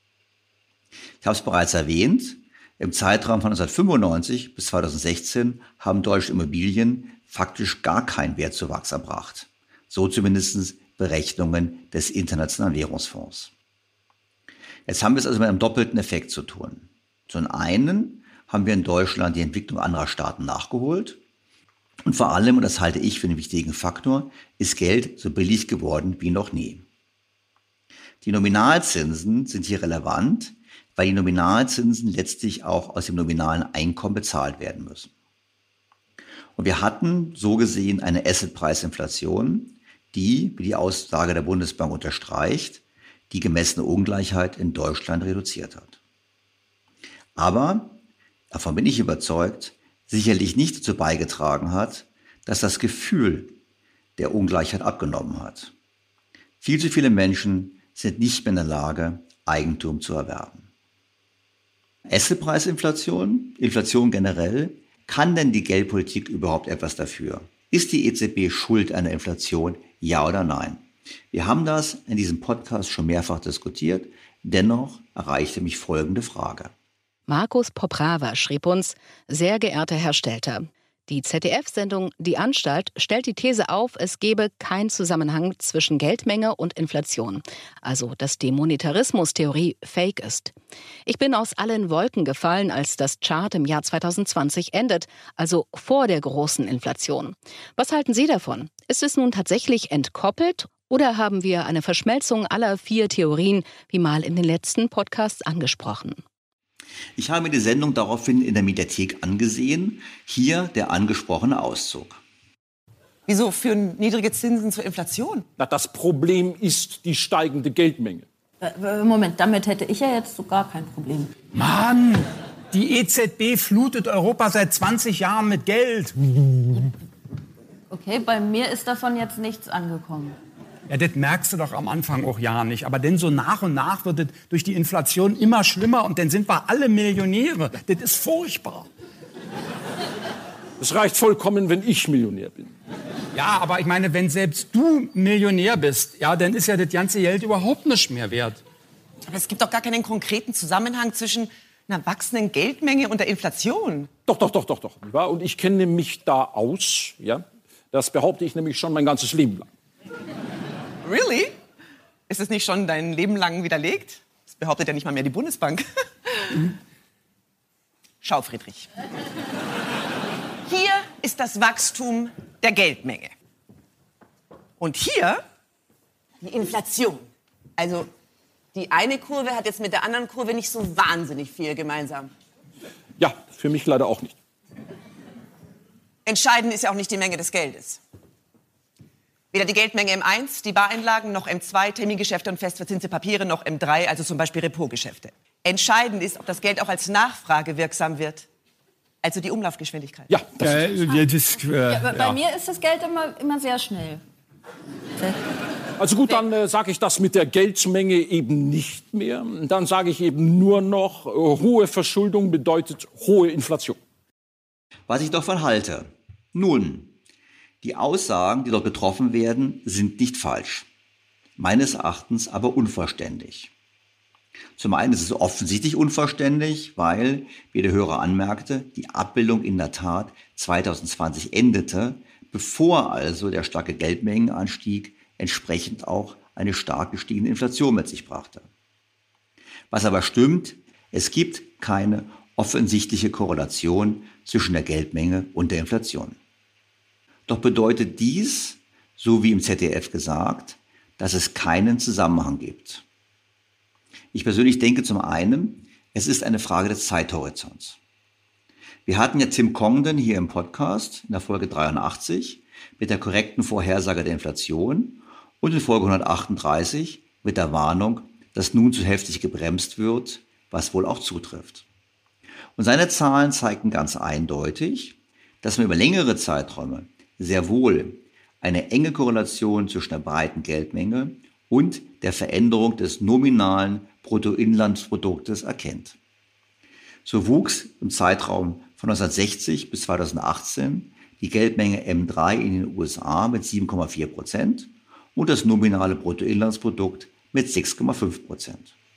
Ich habe es bereits erwähnt, im Zeitraum von 1995 bis 2016 haben deutsche Immobilien faktisch gar keinen Wertzuwachs erbracht. So zumindest Berechnungen des Internationalen Währungsfonds. Jetzt haben wir es also mit einem doppelten Effekt zu tun. Zum einen haben wir in Deutschland die Entwicklung anderer Staaten nachgeholt und vor allem, und das halte ich für einen wichtigen Faktor, ist Geld so billig geworden wie noch nie. Die Nominalzinsen sind hier relevant, weil die Nominalzinsen letztlich auch aus dem nominalen Einkommen bezahlt werden müssen. Und wir hatten so gesehen eine Assetpreisinflation, die, wie die Aussage der Bundesbank unterstreicht, die gemessene Ungleichheit in Deutschland reduziert hat. Aber, davon bin ich überzeugt, sicherlich nicht dazu beigetragen hat, dass das Gefühl der Ungleichheit abgenommen hat. Viel zu viele Menschen sind nicht mehr in der Lage, Eigentum zu erwerben. Assetpreisinflation, Inflation generell, kann denn die Geldpolitik überhaupt etwas dafür? Ist die EZB schuld an der Inflation? Ja oder nein? Wir haben das in diesem Podcast schon mehrfach diskutiert. Dennoch erreichte mich folgende Frage. Markus Poprava schrieb uns: Sehr geehrter Herr Stelter, die ZDF-Sendung Die Anstalt stellt die These auf, es gebe keinen Zusammenhang zwischen Geldmenge und Inflation. Also, dass die Monetarismus-Theorie fake ist. Ich bin aus allen Wolken gefallen, als das Chart im Jahr 2020 endet, also vor der großen Inflation. Was halten Sie davon? Ist es nun tatsächlich entkoppelt oder haben wir eine Verschmelzung aller 4 Theorien, wie mal in den letzten Podcasts angesprochen? Ich habe mir die Sendung daraufhin in der Mediathek angesehen. Hier der angesprochene Auszug. Wieso führen niedrige Zinsen zur Inflation? Na, das Problem ist die steigende Geldmenge. Moment, damit hätte ich ja jetzt so gar kein Problem. Mann, die EZB flutet Europa seit 20 Jahren mit Geld. Okay, bei mir ist davon jetzt nichts angekommen. Ja, das merkst du doch am Anfang auch ja nicht. Aber dann so nach und nach wird es durch die Inflation immer schlimmer und dann sind wir alle Millionäre. Das ist furchtbar. Es reicht vollkommen, wenn ich Millionär bin. Ja, aber ich meine, wenn selbst du Millionär bist, ja, dann ist ja das ganze Geld überhaupt nicht mehr wert. Aber es gibt doch gar keinen konkreten Zusammenhang zwischen einer wachsenden Geldmenge und der Inflation. Doch. Und ich kenne mich da aus, ja. Das behaupte ich nämlich schon mein ganzes Leben lang. Really? Ist es nicht schon dein Leben lang widerlegt? Das behauptet ja nicht mal mehr die Bundesbank. Schau, Friedrich. Hier ist das Wachstum der Geldmenge. Und hier die Inflation. Also die eine Kurve hat jetzt mit der anderen Kurve nicht so wahnsinnig viel gemeinsam. Ja, für mich leider auch nicht. Entscheidend ist ja auch nicht die Menge des Geldes. Weder die Geldmenge M1, die Bareinlagen, noch M2, Termingeschäfte und festverzinste Papiere, noch M3, also zum Beispiel Repo-Geschäfte. Entscheidend ist, ob das Geld auch als Nachfrage wirksam wird. Also die Umlaufgeschwindigkeit. Ja, Bei mir ist das Geld immer sehr schnell. Also gut, dann sage ich das mit der Geldmenge eben nicht mehr. Dann sage ich eben nur noch, hohe Verschuldung bedeutet hohe Inflation. Was ich davon halte? Nun, die Aussagen, die dort getroffen werden, sind nicht falsch. Meines Erachtens aber unvollständig. Zum einen ist es offensichtlich unvollständig, weil, wie der Hörer anmerkte, die Abbildung in der Tat 2020 endete, bevor also der starke Geldmengenanstieg entsprechend auch eine stark gestiegene Inflation mit sich brachte. Was aber stimmt, es gibt keine offensichtliche Korrelation zwischen der Geldmenge und der Inflation. Doch bedeutet dies, so wie im ZDF gesagt, dass es keinen Zusammenhang gibt. Ich persönlich denke zum einen, es ist eine Frage des Zeithorizonts. Wir hatten ja Tim Congdon hier im Podcast in der Folge 83 mit der korrekten Vorhersage der Inflation und in Folge 138 mit der Warnung, dass nun zu heftig gebremst wird, was wohl auch zutrifft. Und seine Zahlen zeigten ganz eindeutig, dass man über längere Zeiträume sehr wohl eine enge Korrelation zwischen der breiten Geldmenge und der Veränderung des nominalen Bruttoinlandsproduktes erkennt. So wuchs im Zeitraum von 1960 bis 2018 die Geldmenge M3 in den USA mit 7,4% und das nominale Bruttoinlandsprodukt mit 6,5%.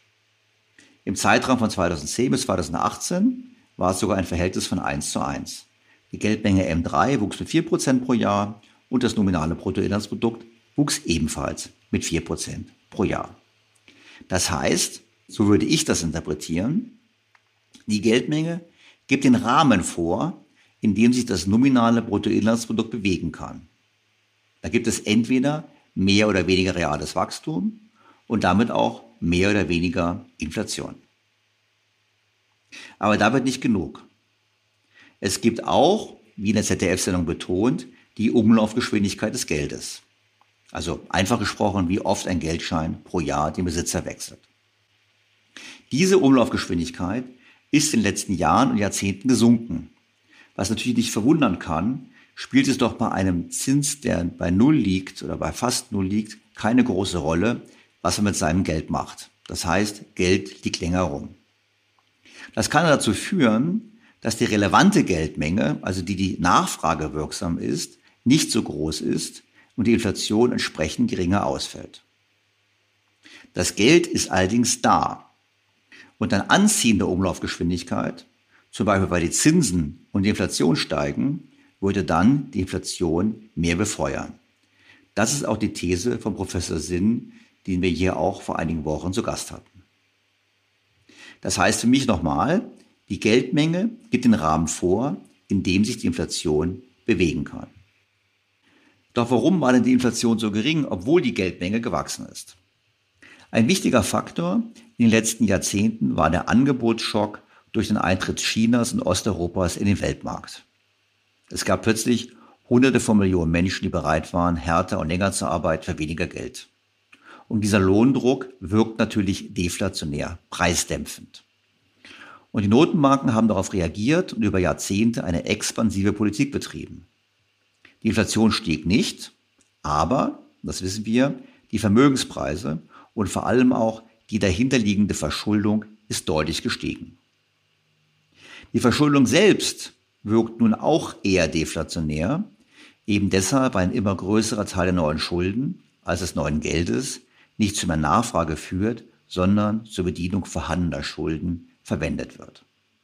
Im Zeitraum von 2010 bis 2018 war es sogar ein Verhältnis von 1:1. Die Geldmenge M3 wuchs mit 4% pro Jahr und das nominale Bruttoinlandsprodukt wuchs ebenfalls mit 4% pro Jahr. Das heißt, so würde ich das interpretieren, die Geldmenge gibt den Rahmen vor, in dem sich das nominale Bruttoinlandsprodukt bewegen kann. Da gibt es entweder mehr oder weniger reales Wachstum und damit auch mehr oder weniger Inflation. Aber damit nicht genug. Es gibt auch, wie in der ZDF-Sendung betont, die Umlaufgeschwindigkeit des Geldes. Also einfach gesprochen, wie oft ein Geldschein pro Jahr den Besitzer wechselt. Diese Umlaufgeschwindigkeit ist in den letzten Jahren und Jahrzehnten gesunken. Was natürlich nicht verwundern kann, spielt es doch bei einem Zins, der bei Null liegt oder bei fast Null liegt, keine große Rolle, was man mit seinem Geld macht. Das heißt, Geld liegt länger rum. Das kann dazu führen, dass die relevante Geldmenge, also die Nachfrage wirksam ist, nicht so groß ist und die Inflation entsprechend geringer ausfällt. Das Geld ist allerdings da. Und ein Anziehen der Umlaufgeschwindigkeit, zum Beispiel weil die Zinsen und die Inflation steigen, würde dann die Inflation mehr befeuern. Das ist auch die These von Professor Sinn, den wir hier auch vor einigen Wochen zu Gast hatten. Das heißt für mich nochmal, die Geldmenge gibt den Rahmen vor, in dem sich die Inflation bewegen kann. Doch warum war denn die Inflation so gering, obwohl die Geldmenge gewachsen ist? Ein wichtiger Faktor in den letzten Jahrzehnten war der Angebotsschock durch den Eintritt Chinas und Osteuropas in den Weltmarkt. Es gab plötzlich Hunderte von Millionen Menschen, die bereit waren, härter und länger zu arbeiten für weniger Geld. Und dieser Lohndruck wirkt natürlich deflationär, preisdämpfend. Und die Notenbanken haben darauf reagiert und über Jahrzehnte eine expansive Politik betrieben. Die Inflation stieg nicht, aber, das wissen wir, die Vermögenspreise und vor allem auch die dahinterliegende Verschuldung ist deutlich gestiegen. Die Verschuldung selbst wirkt nun auch eher deflationär, eben deshalb, weil ein immer größerer Teil der neuen Schulden, als des neuen Geldes, nicht zu mehr Nachfrage führt, sondern zur Bedienung vorhandener Schulden verwendet wird.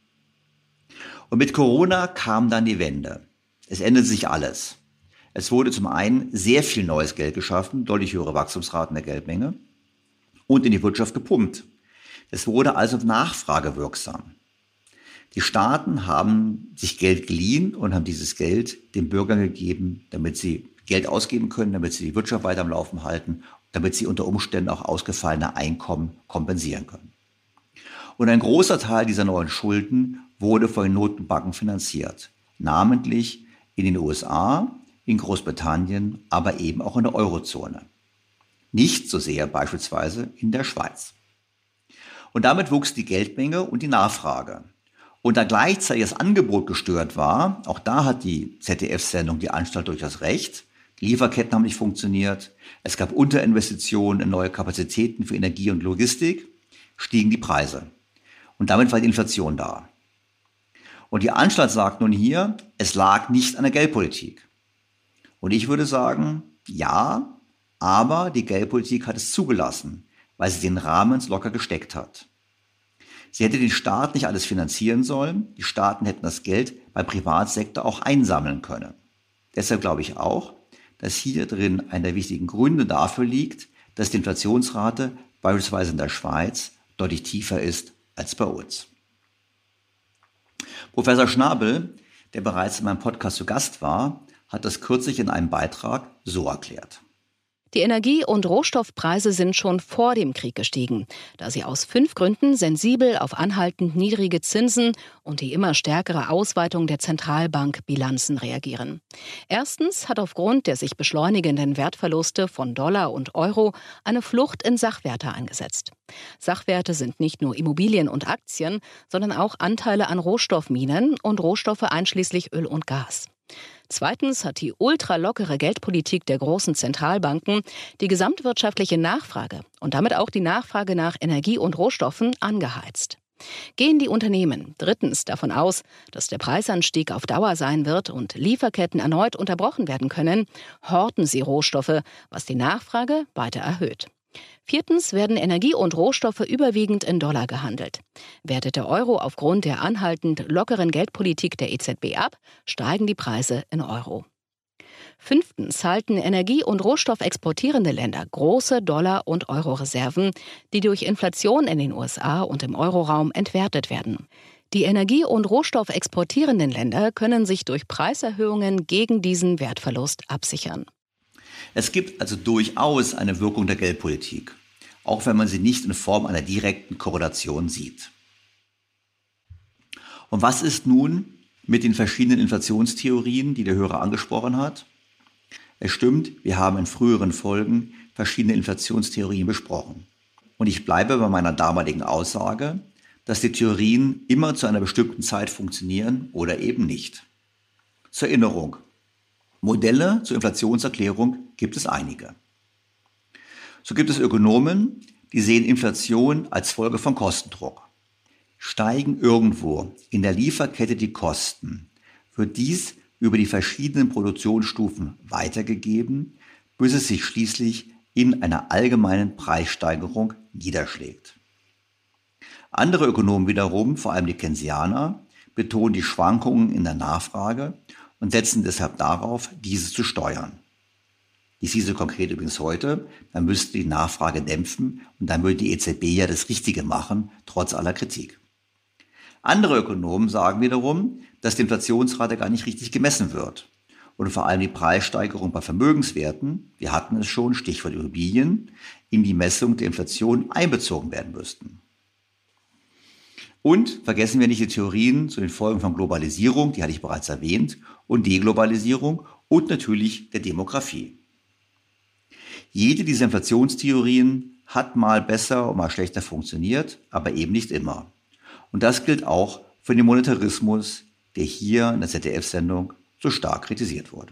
Und mit Corona kam dann die Wende. Es änderte sich alles. Es wurde zum einen sehr viel neues Geld geschaffen, deutlich höhere Wachstumsraten der Geldmenge und in die Wirtschaft gepumpt. Es wurde also nachfragewirksam. Die Staaten haben sich Geld geliehen und haben dieses Geld den Bürgern gegeben, damit sie Geld ausgeben können, damit sie die Wirtschaft weiter am Laufen halten, damit sie unter Umständen auch ausgefallene Einkommen kompensieren können. Und ein großer Teil dieser neuen Schulden wurde von den Notenbanken finanziert, namentlich in den USA, in Großbritannien, aber eben auch in der Eurozone. Nicht so sehr beispielsweise in der Schweiz. Und damit wuchs die Geldmenge und die Nachfrage. Und da gleichzeitig das Angebot gestört war, auch da hat die ZDF-Sendung Die Anstalt durchaus recht, die Lieferketten haben nicht funktioniert, es gab Unterinvestitionen in neue Kapazitäten für Energie und Logistik, stiegen die Preise. Und damit war die Inflation da. Und die Anstalt sagt nun hier, es lag nicht an der Geldpolitik. Und ich würde sagen, ja, aber die Geldpolitik hat es zugelassen, weil sie den Rahmen locker gesteckt hat. Sie hätte den Staat nicht alles finanzieren sollen. Die Staaten hätten das Geld beim Privatsektor auch einsammeln können. Deshalb glaube ich auch, dass hier drin einer der wichtigen Gründe dafür liegt, dass die Inflationsrate beispielsweise in der Schweiz deutlich tiefer ist als bei uns. Professor Schnabel, der bereits in meinem Podcast zu Gast war, hat das kürzlich in einem Beitrag so erklärt. Die Energie- und Rohstoffpreise sind schon vor dem Krieg gestiegen, da sie aus 5 Gründen sensibel auf anhaltend niedrige Zinsen und die immer stärkere Ausweitung der Zentralbankbilanzen reagieren. Erstens hat aufgrund der sich beschleunigenden Wertverluste von Dollar und Euro eine Flucht in Sachwerte eingesetzt. Sachwerte sind nicht nur Immobilien und Aktien, sondern auch Anteile an Rohstoffminen und Rohstoffe einschließlich Öl und Gas. Zweitens hat die ultralockere Geldpolitik der großen Zentralbanken die gesamtwirtschaftliche Nachfrage und damit auch die Nachfrage nach Energie und Rohstoffen angeheizt. Gehen die Unternehmen drittens davon aus, dass der Preisanstieg auf Dauer sein wird und Lieferketten erneut unterbrochen werden können, horten sie Rohstoffe, was die Nachfrage weiter erhöht. Viertens werden Energie und Rohstoffe überwiegend in Dollar gehandelt. Wertet der Euro aufgrund der anhaltend lockeren Geldpolitik der EZB ab, steigen die Preise in Euro. Fünftens halten Energie- und Rohstoffexportierende Länder große Dollar- und Euro-Reserven, die durch Inflation in den USA und im Euroraum entwertet werden. Die Energie- und Rohstoffexportierenden Länder können sich durch Preiserhöhungen gegen diesen Wertverlust absichern. Es gibt also durchaus eine Wirkung der Geldpolitik, auch wenn man sie nicht in Form einer direkten Korrelation sieht. Und was ist nun mit den verschiedenen Inflationstheorien, die der Hörer angesprochen hat? Es stimmt, wir haben in früheren Folgen verschiedene Inflationstheorien besprochen. Und ich bleibe bei meiner damaligen Aussage, dass die Theorien immer zu einer bestimmten Zeit funktionieren oder eben nicht. Zur Erinnerung: Modelle zur Inflationserklärung gibt es einige. So gibt es Ökonomen, die sehen Inflation als Folge von Kostendruck. Steigen irgendwo in der Lieferkette die Kosten, wird dies über die verschiedenen Produktionsstufen weitergegeben, bis es sich schließlich in einer allgemeinen Preissteigerung niederschlägt. Andere Ökonomen wiederum, vor allem die Keynesianer, betonen die Schwankungen in der Nachfrage und setzen deshalb darauf, diese zu steuern. Dies hieße konkret übrigens heute, man müsste die Nachfrage dämpfen und dann würde die EZB ja das Richtige machen, trotz aller Kritik. Andere Ökonomen sagen wiederum, dass die Inflationsrate gar nicht richtig gemessen wird und vor allem die Preissteigerung bei Vermögenswerten, wir hatten es schon, Stichwort Immobilien, in die Messung der Inflation einbezogen werden müssten. Und vergessen wir nicht die Theorien zu den Folgen von Globalisierung, die hatte ich bereits erwähnt, und Deglobalisierung und natürlich der Demografie. Jede dieser Inflationstheorien hat mal besser und mal schlechter funktioniert, aber eben nicht immer. Und das gilt auch für den Monetarismus, der hier in der ZDF-Sendung so stark kritisiert wurde.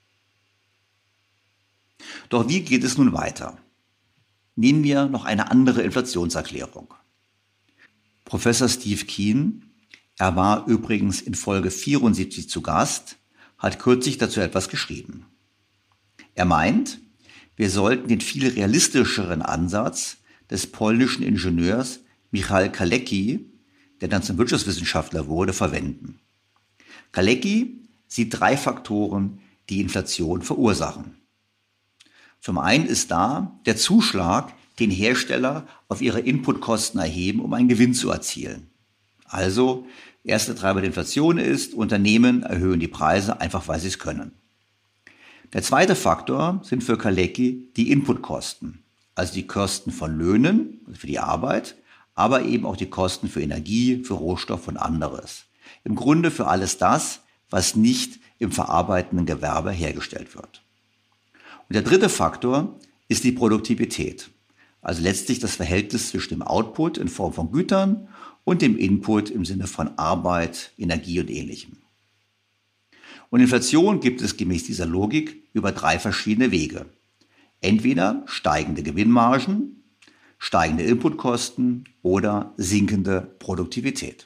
Doch wie geht es nun weiter? Nehmen wir noch eine andere Inflationserklärung. Professor Steve Keen, er war übrigens in Folge 74 zu Gast, hat kürzlich dazu etwas geschrieben. Er meint, wir sollten den viel realistischeren Ansatz des polnischen Ingenieurs Michał Kalecki, der dann zum Wirtschaftswissenschaftler wurde, verwenden. Kalecki sieht 3 Faktoren, die Inflation verursachen. Zum einen ist da der Zuschlag, den Hersteller auf ihre Inputkosten erheben, um einen Gewinn zu erzielen. Also, erster Treiber der Inflation ist, Unternehmen erhöhen die Preise einfach, weil sie es können. Der zweite Faktor sind für Kalecki die Inputkosten, also die Kosten von Löhnen, also für die Arbeit, aber eben auch die Kosten für Energie, für Rohstoff und anderes. Im Grunde für alles das, was nicht im verarbeitenden Gewerbe hergestellt wird. Und der dritte Faktor ist die Produktivität, also letztlich das Verhältnis zwischen dem Output in Form von Gütern und dem Input im Sinne von Arbeit, Energie und Ähnlichem. Und Inflation gibt es gemäß dieser Logik über 3 verschiedene Wege. Entweder steigende Gewinnmargen, steigende Inputkosten oder sinkende Produktivität.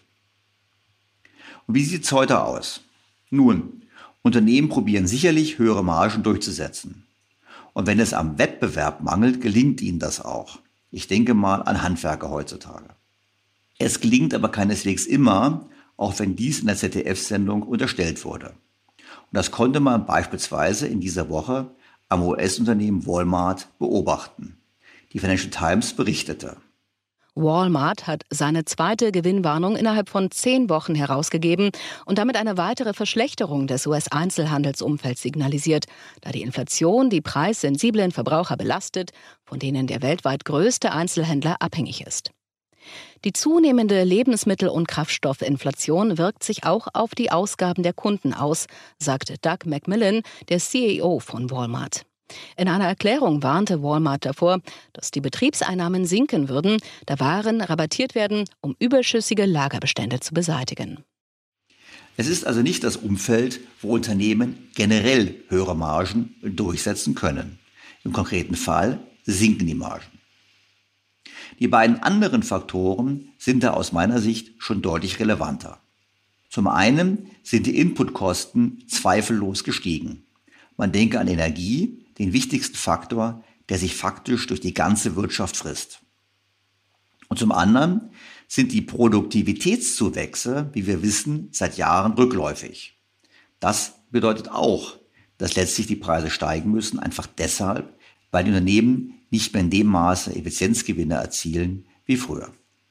Und wie sieht es heute aus? Nun, Unternehmen probieren sicherlich, höhere Margen durchzusetzen. Und wenn es am Wettbewerb mangelt, gelingt ihnen das auch. Ich denke mal an Handwerker heutzutage. Es gelingt aber keineswegs immer, auch wenn dies in der ZDF-Sendung unterstellt wurde. Und das konnte man beispielsweise in dieser Woche am US-Unternehmen Walmart beobachten. Die Financial Times berichtete. Walmart hat seine zweite Gewinnwarnung innerhalb von 10 Wochen herausgegeben und damit eine weitere Verschlechterung des US-Einzelhandelsumfelds signalisiert, da die Inflation die preissensiblen Verbraucher belastet, von denen der weltweit größte Einzelhändler abhängig ist. Die zunehmende Lebensmittel- und Kraftstoffinflation wirkt sich auch auf die Ausgaben der Kunden aus, sagt Doug McMillon, der CEO von Walmart. In einer Erklärung warnte Walmart davor, dass die Betriebseinnahmen sinken würden, da Waren rabattiert werden, um überschüssige Lagerbestände zu beseitigen. Es ist also nicht das Umfeld, wo Unternehmen generell höhere Margen durchsetzen können. Im konkreten Fall sinken die Margen. Die beiden anderen Faktoren sind da aus meiner Sicht schon deutlich relevanter. Zum einen sind die Inputkosten zweifellos gestiegen. Man denke an Energie, den wichtigsten Faktor, der sich faktisch durch die ganze Wirtschaft frisst. Und zum anderen sind die Produktivitätszuwächse, wie wir wissen, seit Jahren rückläufig. Das bedeutet auch, dass letztlich die Preise steigen müssen, einfach deshalb, weil die Unternehmen nicht mehr in dem Maße Effizienzgewinne erzielen wie früher.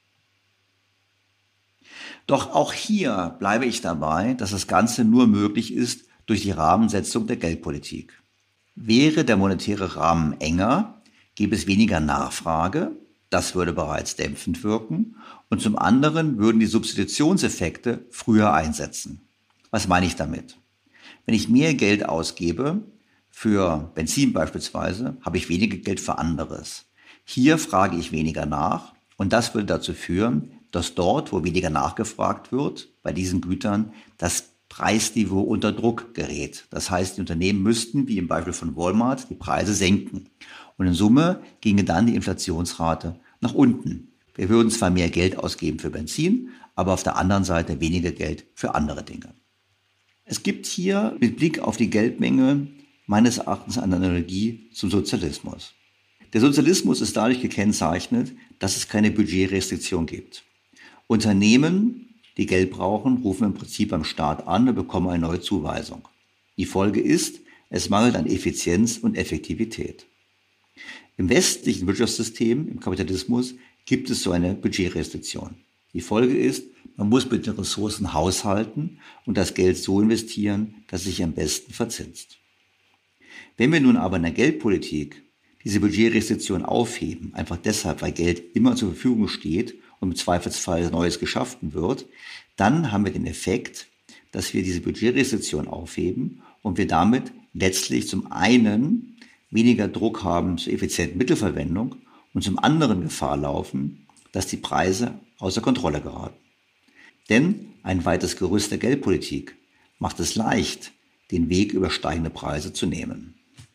Doch auch hier bleibe ich dabei, dass das Ganze nur möglich ist durch die Rahmensetzung der Geldpolitik. Wäre der monetäre Rahmen enger, gäbe es weniger Nachfrage, das würde bereits dämpfend wirken, und zum anderen würden die Substitutionseffekte früher einsetzen. Was meine ich damit? Wenn ich mehr Geld ausgebe, für Benzin beispielsweise, habe ich weniger Geld für anderes. Hier frage ich weniger nach und das würde dazu führen, dass dort, wo weniger nachgefragt wird, bei diesen Gütern, das Preisniveau unter Druck gerät. Das heißt, die Unternehmen müssten, wie im Beispiel von Walmart, die Preise senken. Und in Summe ginge dann die Inflationsrate nach unten. Wir würden zwar mehr Geld ausgeben für Benzin, aber auf der anderen Seite weniger Geld für andere Dinge. Es gibt hier mit Blick auf die Geldmenge meines Erachtens eine Analogie zum Sozialismus. Der Sozialismus ist dadurch gekennzeichnet, dass es keine Budgetrestriktion gibt. Unternehmen, die Geld brauchen, rufen im Prinzip beim Staat an und bekommen eine neue Zuweisung. Die Folge ist, es mangelt an Effizienz und Effektivität. Im westlichen Wirtschaftssystem, im Kapitalismus, gibt es so eine Budgetrestriktion. Die Folge ist, man muss mit den Ressourcen haushalten und das Geld so investieren, dass es sich am besten verzinst. Wenn wir nun aber in der Geldpolitik diese Budgetrestriktion aufheben, einfach deshalb, weil Geld immer zur Verfügung steht und im Zweifelsfall Neues geschaffen wird, dann haben wir den Effekt, dass wir diese Budgetrestriktion aufheben und wir damit letztlich zum einen weniger Druck haben zur effizienten Mittelverwendung und zum anderen Gefahr laufen, dass die Preise außer Kontrolle geraten. Denn ein weites Gerüst der Geldpolitik macht es leicht, den Weg über steigende Preise zu nehmen.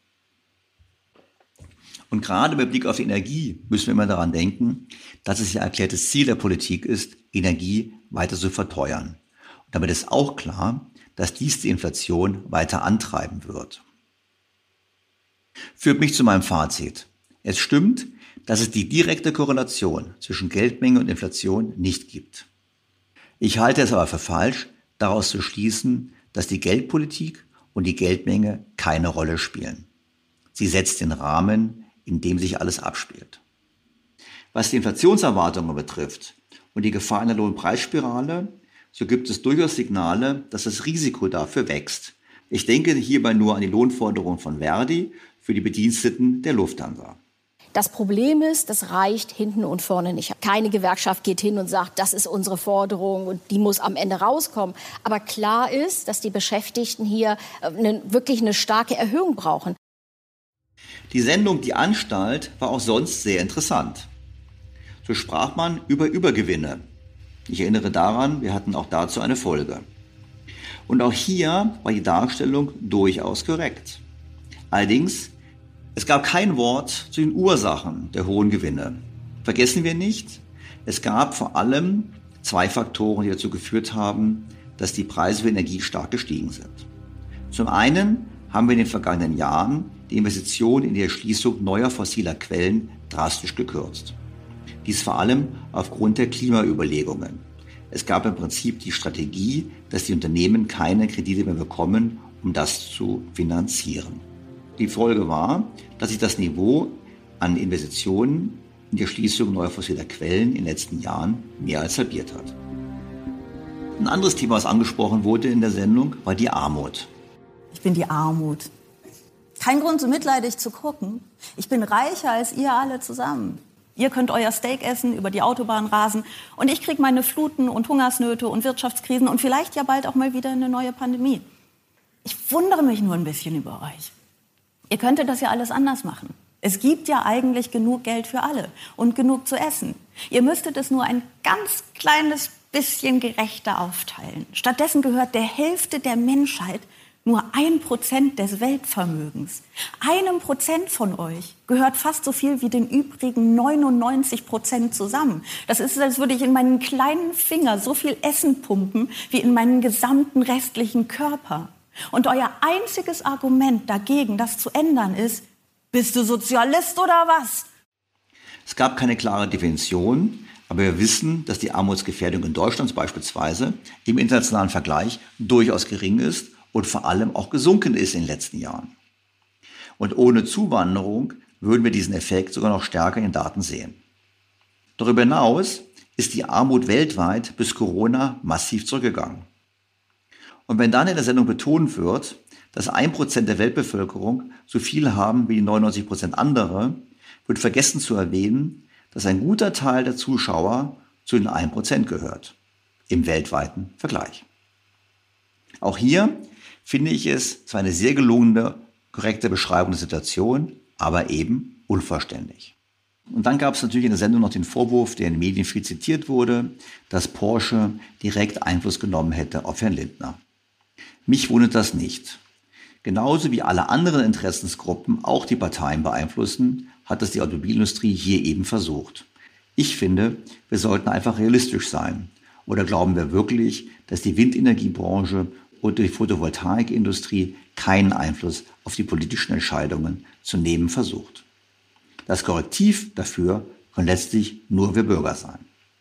Und gerade mit Blick auf die Energie müssen wir immer daran denken, dass es ja erklärtes Ziel der Politik ist, Energie weiter zu verteuern. Und damit ist auch klar, dass dies die Inflation weiter antreiben wird. Führt mich zu meinem Fazit. Es stimmt, dass es die direkte Korrelation zwischen Geldmenge und Inflation nicht gibt. Ich halte es aber für falsch, daraus zu schließen, dass die Geldpolitik und die Geldmenge keine Rolle spielen. Sie setzt den Rahmen, in dem sich alles abspielt. Was die Inflationserwartungen betrifft und die Gefahr einer Lohnpreisspirale, so gibt es durchaus Signale, dass das Risiko dafür wächst. Ich denke hierbei nur an die Lohnforderung von Verdi für die Bediensteten der Lufthansa. Das Problem ist, das reicht hinten und vorne nicht. Keine Gewerkschaft geht hin und sagt, das ist unsere Forderung und die muss am Ende rauskommen. Aber klar ist, dass die Beschäftigten hier wirklich eine starke Erhöhung brauchen. Die Sendung Die Anstalt war auch sonst sehr interessant. So sprach man über Übergewinne. Ich erinnere daran, wir hatten auch dazu eine Folge. Und auch hier war die Darstellung durchaus korrekt. Allerdings, es gab kein Wort zu den Ursachen der hohen Gewinne. Vergessen wir nicht, es gab vor allem 2 Faktoren, die dazu geführt haben, dass die Preise für Energie stark gestiegen sind. Zum einen haben wir in den vergangenen Jahren die Investitionen in die Erschließung neuer fossiler Quellen drastisch gekürzt. Dies vor allem aufgrund der Klimaüberlegungen. Es gab im Prinzip die Strategie, dass die Unternehmen keine Kredite mehr bekommen, um das zu finanzieren. Die Folge war, dass sich das Niveau an Investitionen in die Erschließung neuer fossiler Quellen in den letzten Jahren mehr als halbiert hat. Ein anderes Thema, was angesprochen wurde in der Sendung, war die Armut. Ich bin die Armut. Kein Grund, so mitleidig zu gucken. Ich bin reicher als ihr alle zusammen. Ihr könnt euer Steak essen, über die Autobahn rasen und ich kriege meine Fluten und Hungersnöte und Wirtschaftskrisen und vielleicht ja bald auch mal wieder eine neue Pandemie. Ich wundere mich nur ein bisschen über euch. Ihr könntet das ja alles anders machen. Es gibt ja eigentlich genug Geld für alle und genug zu essen. Ihr müsstet es nur ein ganz kleines bisschen gerechter aufteilen. Stattdessen gehört der Hälfte der Menschheit nur 1% des Weltvermögens. 1% von euch gehört fast so viel wie den übrigen 99% zusammen. Das ist, als würde ich in meinen kleinen Finger so viel Essen pumpen wie in meinen gesamten restlichen Körper. Und euer einziges Argument dagegen, das zu ändern, ist, bist du Sozialist oder was? Es gab keine klare Definition, aber wir wissen, dass die Armutsgefährdung in Deutschland beispielsweise im internationalen Vergleich durchaus gering ist und vor allem auch gesunken ist in den letzten Jahren. Und ohne Zuwanderung würden wir diesen Effekt sogar noch stärker in den Daten sehen. Darüber hinaus ist die Armut weltweit bis Corona massiv zurückgegangen. Und wenn dann in der Sendung betont wird, dass 1% der Weltbevölkerung so viel haben wie die 99% andere, wird vergessen zu erwähnen, dass ein guter Teil der Zuschauer zu den 1% gehört, im weltweiten Vergleich. Auch hier finde ich es zwar eine sehr gelungene, korrekte Beschreibung der Situation, aber eben unvollständig. Und dann gab es natürlich in der Sendung noch den Vorwurf, der in den Medien viel zitiert wurde, dass Porsche direkt Einfluss genommen hätte auf Herrn Lindner. Mich wundert das nicht. Genauso wie alle anderen Interessensgruppen auch die Parteien beeinflussen, hat es die Automobilindustrie hier eben versucht. Ich finde, wir sollten einfach realistisch sein. Oder glauben wir wirklich, dass die Windenergiebranche und die Photovoltaikindustrie keinen Einfluss auf die politischen Entscheidungen zu nehmen versucht? Das Korrektiv dafür können letztlich nur wir Bürger sein.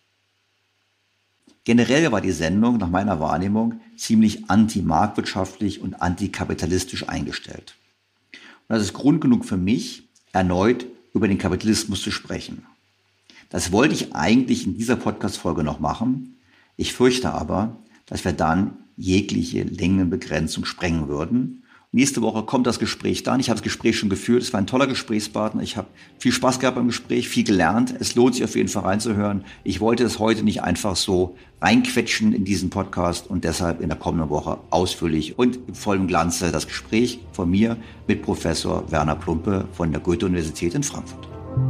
Generell war die Sendung nach meiner Wahrnehmung ziemlich antimarktwirtschaftlich und antikapitalistisch eingestellt. Und das ist Grund genug für mich, erneut über den Kapitalismus zu sprechen. Das wollte ich eigentlich in dieser Podcast-Folge noch machen. Ich fürchte aber, dass wir dann jegliche Längenbegrenzung sprengen würden Nächste Woche kommt das Gespräch dann. Ich habe das Gespräch schon geführt. Es war ein toller Gesprächspartner. Ich habe viel Spaß gehabt beim Gespräch, viel gelernt. Es lohnt sich auf jeden Fall reinzuhören. Ich wollte es heute nicht einfach so reinquetschen in diesen Podcast und deshalb in der kommenden Woche ausführlich und im vollen Glanze das Gespräch von mir mit Professor Werner Plumpe von der Goethe-Universität in Frankfurt.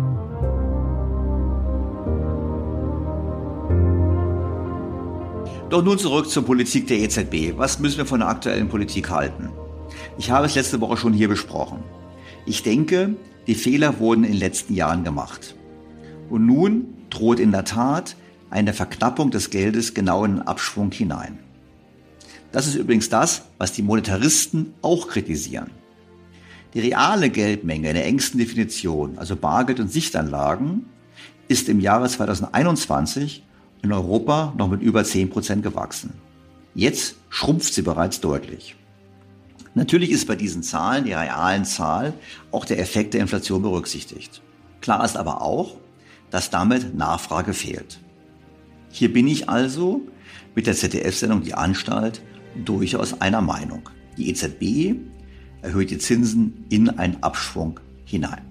Doch nun zurück zur Politik der EZB. Was müssen wir von der aktuellen Politik halten? Ich habe es letzte Woche schon hier besprochen. Ich denke, die Fehler wurden in den letzten Jahren gemacht. Und nun droht in der Tat eine Verknappung des Geldes genau in den Abschwung hinein. Das ist übrigens das, was die Monetaristen auch kritisieren. Die reale Geldmenge in der engsten Definition, also Bargeld und Sichtanlagen, ist im Jahre 2021 in Europa noch mit über 10% gewachsen. Jetzt schrumpft sie bereits deutlich. Natürlich ist bei diesen Zahlen, die realen Zahl, auch der Effekt der Inflation berücksichtigt. Klar ist aber auch, dass damit Nachfrage fehlt. Hier bin ich also mit der ZDF-Sendung Die Anstalt durchaus einer Meinung. Die EZB erhöht die Zinsen in einen Abschwung hinein.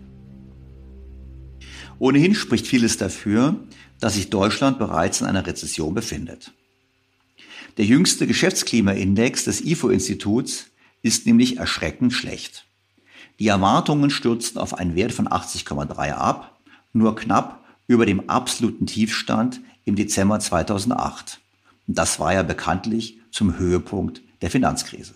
Ohnehin spricht vieles dafür, dass sich Deutschland bereits in einer Rezession befindet. Der jüngste Geschäftsklimaindex des IFO-Instituts ist nämlich erschreckend schlecht. Die Erwartungen stürzten auf einen Wert von 80,3 ab, nur knapp über dem absoluten Tiefstand im Dezember 2008. Und das war ja bekanntlich zum Höhepunkt der Finanzkrise.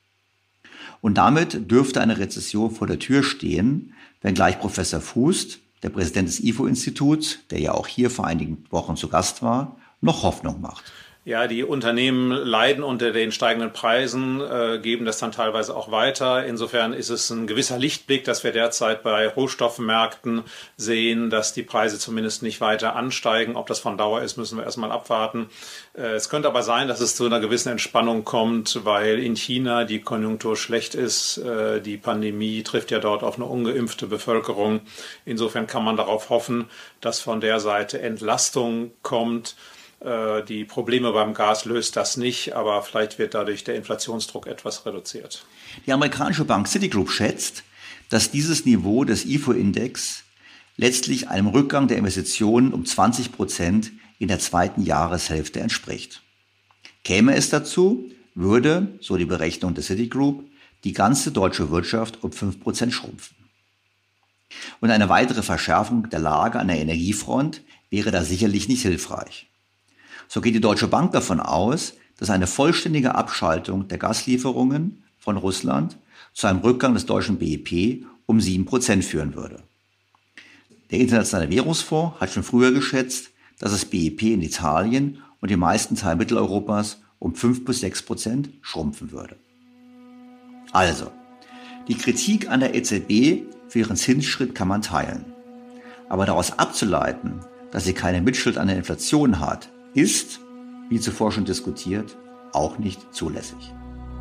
Und damit dürfte eine Rezession vor der Tür stehen, wenngleich Professor Fußt, der Präsident des IFO-Instituts, der ja auch hier vor einigen Wochen zu Gast war, noch Hoffnung macht. Ja, die Unternehmen leiden unter den steigenden Preisen, geben das dann teilweise auch weiter. Insofern ist es ein gewisser Lichtblick, dass wir derzeit bei Rohstoffmärkten sehen, dass die Preise zumindest nicht weiter ansteigen. Ob das von Dauer ist, müssen wir erstmal abwarten. Es könnte aber sein, dass es zu einer gewissen Entspannung kommt, weil in China die Konjunktur schlecht ist. Die Pandemie trifft ja dort auf eine ungeimpfte Bevölkerung. Insofern kann man darauf hoffen, dass von der Seite Entlastung kommt. Die Probleme beim Gas löst das nicht, aber vielleicht wird dadurch der Inflationsdruck etwas reduziert. Die amerikanische Bank Citigroup schätzt, dass dieses Niveau des IFO-Index letztlich einem Rückgang der Investitionen um 20% in der zweiten Jahreshälfte entspricht. Käme es dazu, würde, so die Berechnung der Citigroup, die ganze deutsche Wirtschaft um 5% schrumpfen. Und eine weitere Verschärfung der Lage an der Energiefront wäre da sicherlich nicht hilfreich. So geht die Deutsche Bank davon aus, dass eine vollständige Abschaltung der Gaslieferungen von Russland zu einem Rückgang des deutschen BIP um 7% führen würde. Der Internationale Währungsfonds hat schon früher geschätzt, dass das BIP in Italien und den meisten Teilen Mitteleuropas um 5-6% schrumpfen würde. Also, die Kritik an der EZB für ihren Zinsschritt kann man teilen. Aber daraus abzuleiten, dass sie keine Mitschuld an der Inflation hat, ist, wie zuvor schon diskutiert, auch nicht zulässig.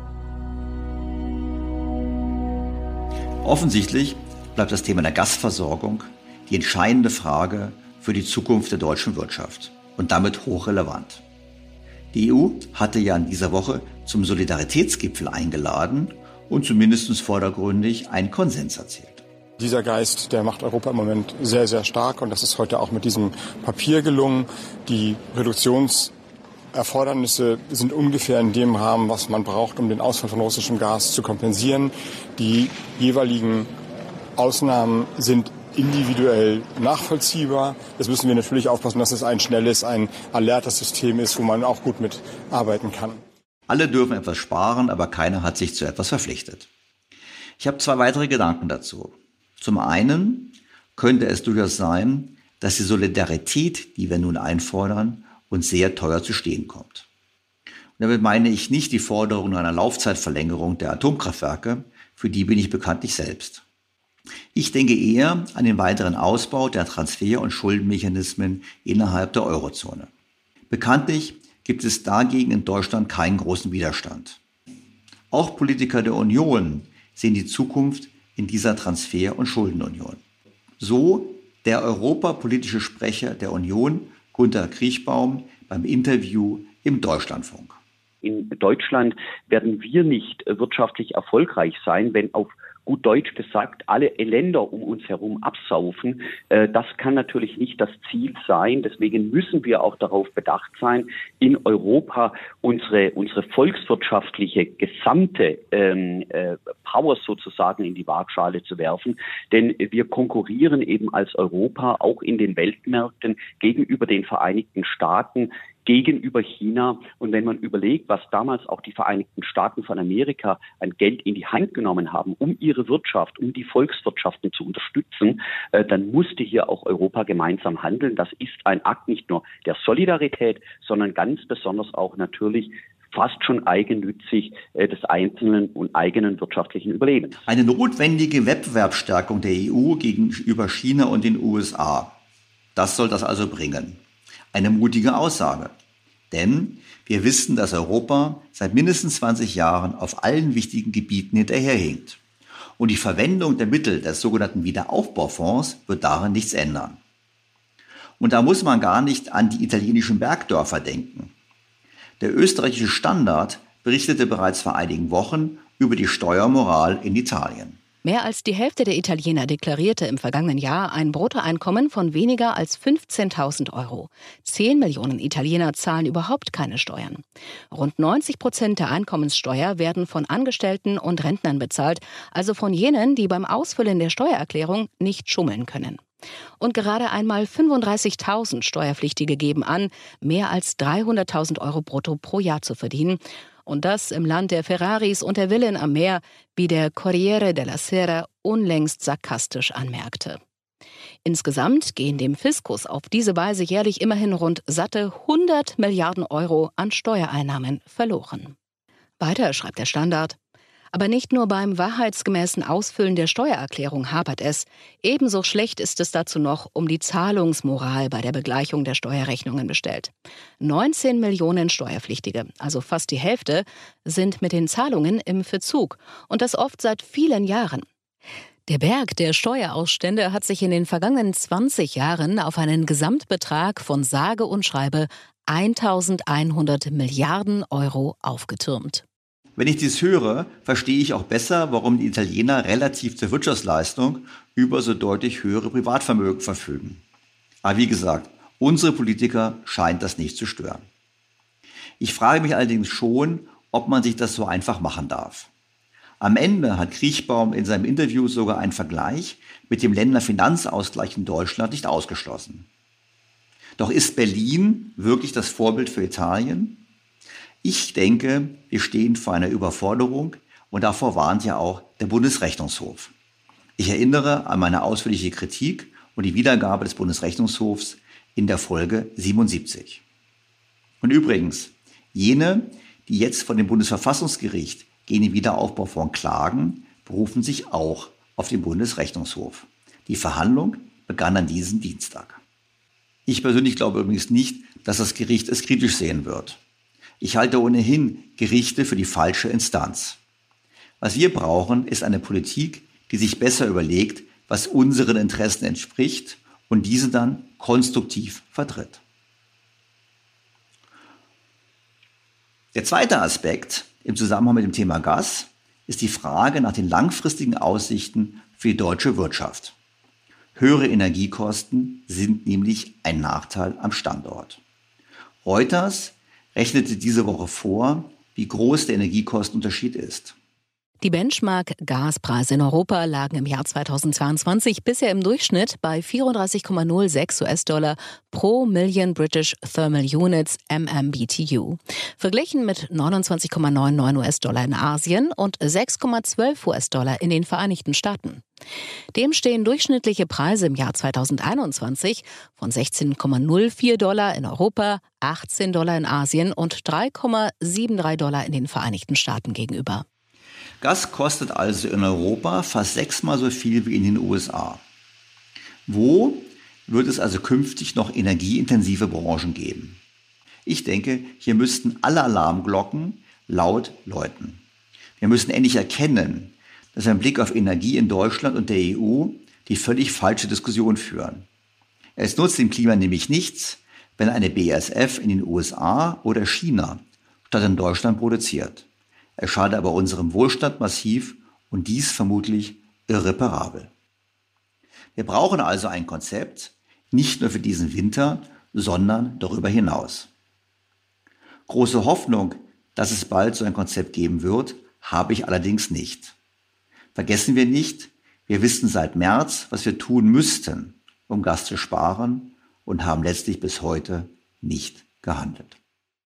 Offensichtlich bleibt das Thema der Gasversorgung die entscheidende Frage für die Zukunft der deutschen Wirtschaft und damit hochrelevant. Die EU hatte ja in dieser Woche zum Solidaritätsgipfel eingeladen und zumindest vordergründig einen Konsens erzielt. Dieser Geist, der macht Europa im Moment sehr, sehr stark und das ist heute auch mit diesem Papier gelungen. Die Reduktionserfordernisse sind ungefähr in dem Rahmen, was man braucht, um den Ausfall von russischem Gas zu kompensieren. Die jeweiligen Ausnahmen sind individuell nachvollziehbar. Jetzt müssen wir natürlich aufpassen, dass es ein schnelles, ein alertes System ist, wo man auch gut mitarbeiten kann. Alle dürfen etwas sparen, aber keiner hat sich zu etwas verpflichtet. Ich habe 2 weitere Gedanken dazu. Zum einen könnte es durchaus sein, dass die Solidarität, die wir nun einfordern, uns sehr teuer zu stehen kommt. Und damit meine ich nicht die Forderung einer Laufzeitverlängerung der Atomkraftwerke, für die bin ich bekanntlich selbst. Ich denke eher an den weiteren Ausbau der Transfer- und Schuldenmechanismen innerhalb der Eurozone. Bekanntlich gibt es dagegen in Deutschland keinen großen Widerstand. Auch Politiker der Union sehen die Zukunft in dieser Transfer- und Schuldenunion. So der europapolitische Sprecher der Union, Gunter Kriechbaum, beim Interview im Deutschlandfunk. In Deutschland werden wir nicht wirtschaftlich erfolgreich sein, wenn auf gut Deutsch gesagt, alle Länder um uns herum absaufen. Das kann natürlich nicht das Ziel sein. Deswegen müssen wir auch darauf bedacht sein, in Europa unsere volkswirtschaftliche gesamte Power sozusagen in die Waagschale zu werfen. Denn wir konkurrieren eben als Europa auch in den Weltmärkten gegenüber den Vereinigten Staaten, gegenüber China. Und wenn man überlegt, was damals auch die Vereinigten Staaten von Amerika an Geld in die Hand genommen haben, um ihre Wirtschaft, um die Volkswirtschaften zu unterstützen, dann musste hier auch Europa gemeinsam handeln. Das ist ein Akt nicht nur der Solidarität, sondern ganz besonders auch natürlich fast schon eigennützig des einzelnen und eigenen wirtschaftlichen Überlebens. Eine notwendige Wettbewerbsstärkung der EU gegenüber China und den USA. Das soll das also bringen. Eine mutige Aussage. Denn wir wissen, dass Europa seit mindestens 20 Jahren auf allen wichtigen Gebieten hinterherhinkt. Und die Verwendung der Mittel des sogenannten Wiederaufbaufonds wird daran nichts ändern. Und da muss man gar nicht an die italienischen Bergdörfer denken. Der österreichische Standard berichtete bereits vor einigen Wochen über die Steuermoral in Italien. Mehr als die Hälfte der Italiener deklarierte im vergangenen Jahr ein Bruttoeinkommen von weniger als 15.000 Euro. 10 Millionen Italiener zahlen überhaupt keine Steuern. Rund 90% der Einkommenssteuer werden von Angestellten und Rentnern bezahlt, also von jenen, die beim Ausfüllen der Steuererklärung nicht schummeln können. Und gerade einmal 35.000 Steuerpflichtige geben an, mehr als 300.000 Euro brutto pro Jahr zu verdienen. Und das im Land der Ferraris und der Villen am Meer, wie der Corriere della Sera unlängst sarkastisch anmerkte. Insgesamt gehen dem Fiskus auf diese Weise jährlich immerhin rund satte 100 Milliarden Euro an Steuereinnahmen verloren. Weiter schreibt der Standard: Aber nicht nur beim wahrheitsgemäßen Ausfüllen der Steuererklärung hapert es. Ebenso schlecht ist es dazu noch um die Zahlungsmoral bei der Begleichung der Steuerrechnungen bestellt. 19 Millionen Steuerpflichtige, also fast die Hälfte, sind mit den Zahlungen im Verzug. Und das oft seit vielen Jahren. Der Berg der Steuerausstände hat sich in den vergangenen 20 Jahren auf einen Gesamtbetrag von sage und schreibe 1.100 Milliarden Euro aufgetürmt. Wenn ich dies höre, verstehe ich auch besser, warum die Italiener relativ zur Wirtschaftsleistung über so deutlich höhere Privatvermögen verfügen. Aber wie gesagt, unsere Politiker scheint das nicht zu stören. Ich frage mich allerdings schon, ob man sich das so einfach machen darf. Am Ende hat Kriechbaum in seinem Interview sogar einen Vergleich mit dem Länderfinanzausgleich in Deutschland nicht ausgeschlossen. Doch ist Berlin wirklich das Vorbild für Italien? Ich denke, wir stehen vor einer Überforderung und davor warnt ja auch der Bundesrechnungshof. Ich erinnere an meine ausführliche Kritik und die Wiedergabe des Bundesrechnungshofs in der Folge 77. Und übrigens, jene, die jetzt von dem Bundesverfassungsgericht gegen den Wiederaufbaufonds klagen, berufen sich auch auf den Bundesrechnungshof. Die Verhandlung begann an diesem Dienstag. Ich persönlich glaube übrigens nicht, dass das Gericht es kritisch sehen wird. Ich halte ohnehin Gerichte für die falsche Instanz. Was wir brauchen, ist eine Politik, die sich besser überlegt, was unseren Interessen entspricht und diese dann konstruktiv vertritt. Der zweite Aspekt im Zusammenhang mit dem Thema Gas ist die Frage nach den langfristigen Aussichten für die deutsche Wirtschaft. Höhere Energiekosten sind nämlich ein Nachteil am Standort. Reuters rechnete diese Woche vor, wie groß der Energiekostenunterschied ist. Die Benchmark-Gaspreise in Europa lagen im Jahr 2022 bisher im Durchschnitt bei 34,06 US-Dollar pro Million British Thermal Units MMBTU. Verglichen mit 29,99 US-Dollar in Asien und 6,12 US-Dollar in den Vereinigten Staaten. Dem stehen durchschnittliche Preise im Jahr 2021 von 16,04 Dollar in Europa, 18 Dollar in Asien und 3,73 Dollar in den Vereinigten Staaten gegenüber. Gas kostet also in Europa fast 6-mal so viel wie in den USA. Wo wird es also künftig noch energieintensive Branchen geben? Ich denke, hier müssten alle Alarmglocken laut läuten. Wir müssen endlich erkennen, dass wir mit Blick auf Energie in Deutschland und der EU die völlig falsche Diskussion führen. Es nutzt dem Klima nämlich nichts, wenn eine BASF in den USA oder China statt in Deutschland produziert. Er schadet aber unserem Wohlstand massiv und dies vermutlich irreparabel. Wir brauchen also ein Konzept, nicht nur für diesen Winter, sondern darüber hinaus. Große Hoffnung, dass es bald so ein Konzept geben wird, habe ich allerdings nicht. Vergessen wir nicht, wir wissen seit März, was wir tun müssten, um Gas zu sparen und haben letztlich bis heute nicht gehandelt.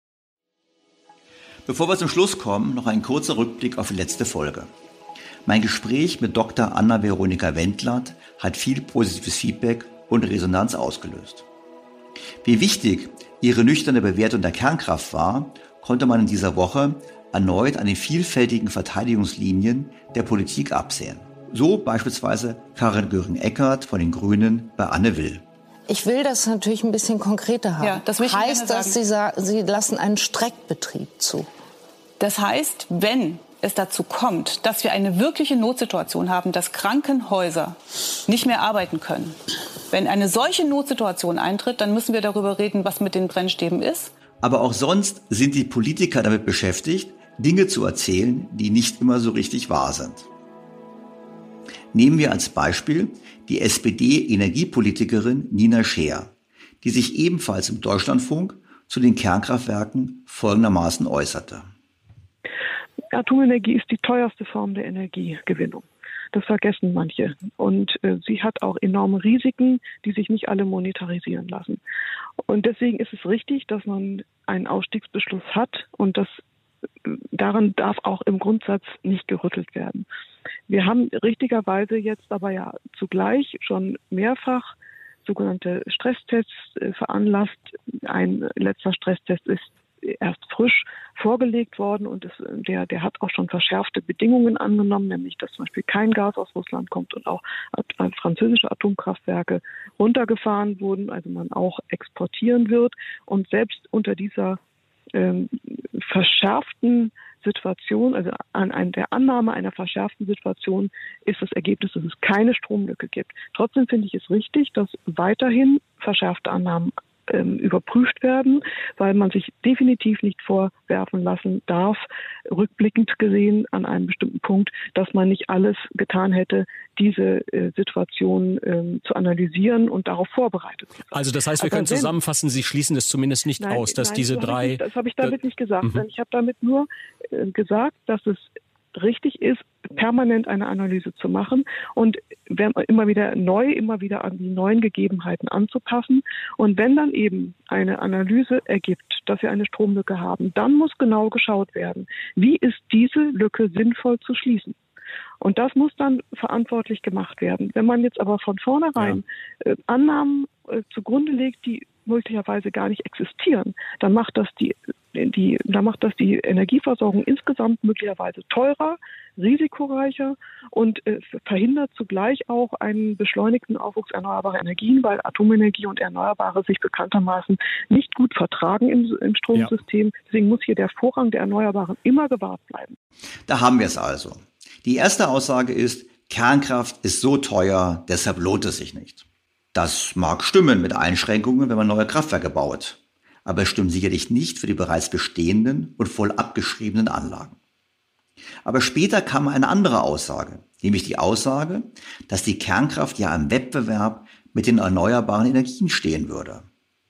Bevor wir zum Schluss kommen, noch ein kurzer Rückblick auf die letzte Folge. Mein Gespräch mit Dr. Anna-Veronika Wendland hat viel positives Feedback und Resonanz ausgelöst. Wie wichtig ihre nüchterne Bewertung der Kernkraft war, konnte man in dieser Woche erneut an den vielfältigen Verteidigungslinien der Politik absehen. So beispielsweise Karin Göring-Eckardt von den Grünen bei Anne Will. Ich will das natürlich ein bisschen konkreter haben. Ja, das will ich heißt das, Sie lassen einen Streckbetrieb zu? Das heißt, wenn es dazu kommt, dass wir eine wirkliche Notsituation haben, dass Krankenhäuser nicht mehr arbeiten können. Wenn eine solche Notsituation eintritt, dann müssen wir darüber reden, was mit den Brennstäben ist. Aber auch sonst sind die Politiker damit beschäftigt, Dinge zu erzählen, die nicht immer so richtig wahr sind. Nehmen wir als Beispiel die SPD-Energiepolitikerin Nina Scheer, die sich ebenfalls im Deutschlandfunk zu den Kernkraftwerken folgendermaßen äußerte. Atomenergie ist die teuerste Form der Energiegewinnung. Das vergessen manche. Und sie hat auch enorme Risiken, die sich nicht alle monetarisieren lassen. Und deswegen ist es richtig, dass man einen Ausstiegsbeschluss hat und daran darf auch im Grundsatz nicht gerüttelt werden. Wir haben richtigerweise jetzt aber ja zugleich schon mehrfach sogenannte Stresstests veranlasst. Ein letzter Stresstest ist erst frisch vorgelegt worden und der hat auch schon verschärfte Bedingungen angenommen, nämlich dass zum Beispiel kein Gas aus Russland kommt und auch französische Atomkraftwerke runtergefahren wurden, also man auch exportieren wird. Und selbst unter dieser verschärften Situation, also an der Annahme einer verschärften Situation ist das Ergebnis, dass es keine Stromlücke gibt. Trotzdem finde ich es richtig, dass weiterhin verschärfte Annahmen überprüft werden, weil man sich definitiv nicht vorwerfen lassen darf, rückblickend gesehen an einem bestimmten Punkt, dass man nicht alles getan hätte, diese Situation zu analysieren und darauf vorbereitet zu sein. Also das heißt, wir können zusammenfassen, Sie schließen es zumindest nicht aus, dass diese drei... Das habe ich damit nicht gesagt. Ich habe damit nur gesagt, dass es richtig ist, permanent eine Analyse zu machen und immer wieder an die neuen Gegebenheiten anzupassen. Und wenn dann eben eine Analyse ergibt, dass wir eine Stromlücke haben, dann muss genau geschaut werden, wie ist diese Lücke sinnvoll zu schließen. Und das muss dann verantwortlich gemacht werden. Wenn man jetzt aber von vornherein Annahmen zugrunde legt, die möglicherweise gar nicht existieren, dann macht das die Energieversorgung insgesamt möglicherweise teurer, risikoreicher und verhindert zugleich auch einen beschleunigten Aufwuchs erneuerbarer Energien, weil Atomenergie und Erneuerbare sich bekanntermaßen nicht gut vertragen im Stromsystem. Ja. Deswegen muss hier der Vorrang der Erneuerbaren immer gewahrt bleiben. Da haben wir es also. Die erste Aussage ist, Kernkraft ist so teuer, deshalb lohnt es sich nicht. Das mag stimmen mit Einschränkungen, wenn man neue Kraftwerke baut. Aber es stimmt sicherlich nicht für die bereits bestehenden und voll abgeschriebenen Anlagen. Aber später kam eine andere Aussage, nämlich die Aussage, dass die Kernkraft ja im Wettbewerb mit den erneuerbaren Energien stehen würde.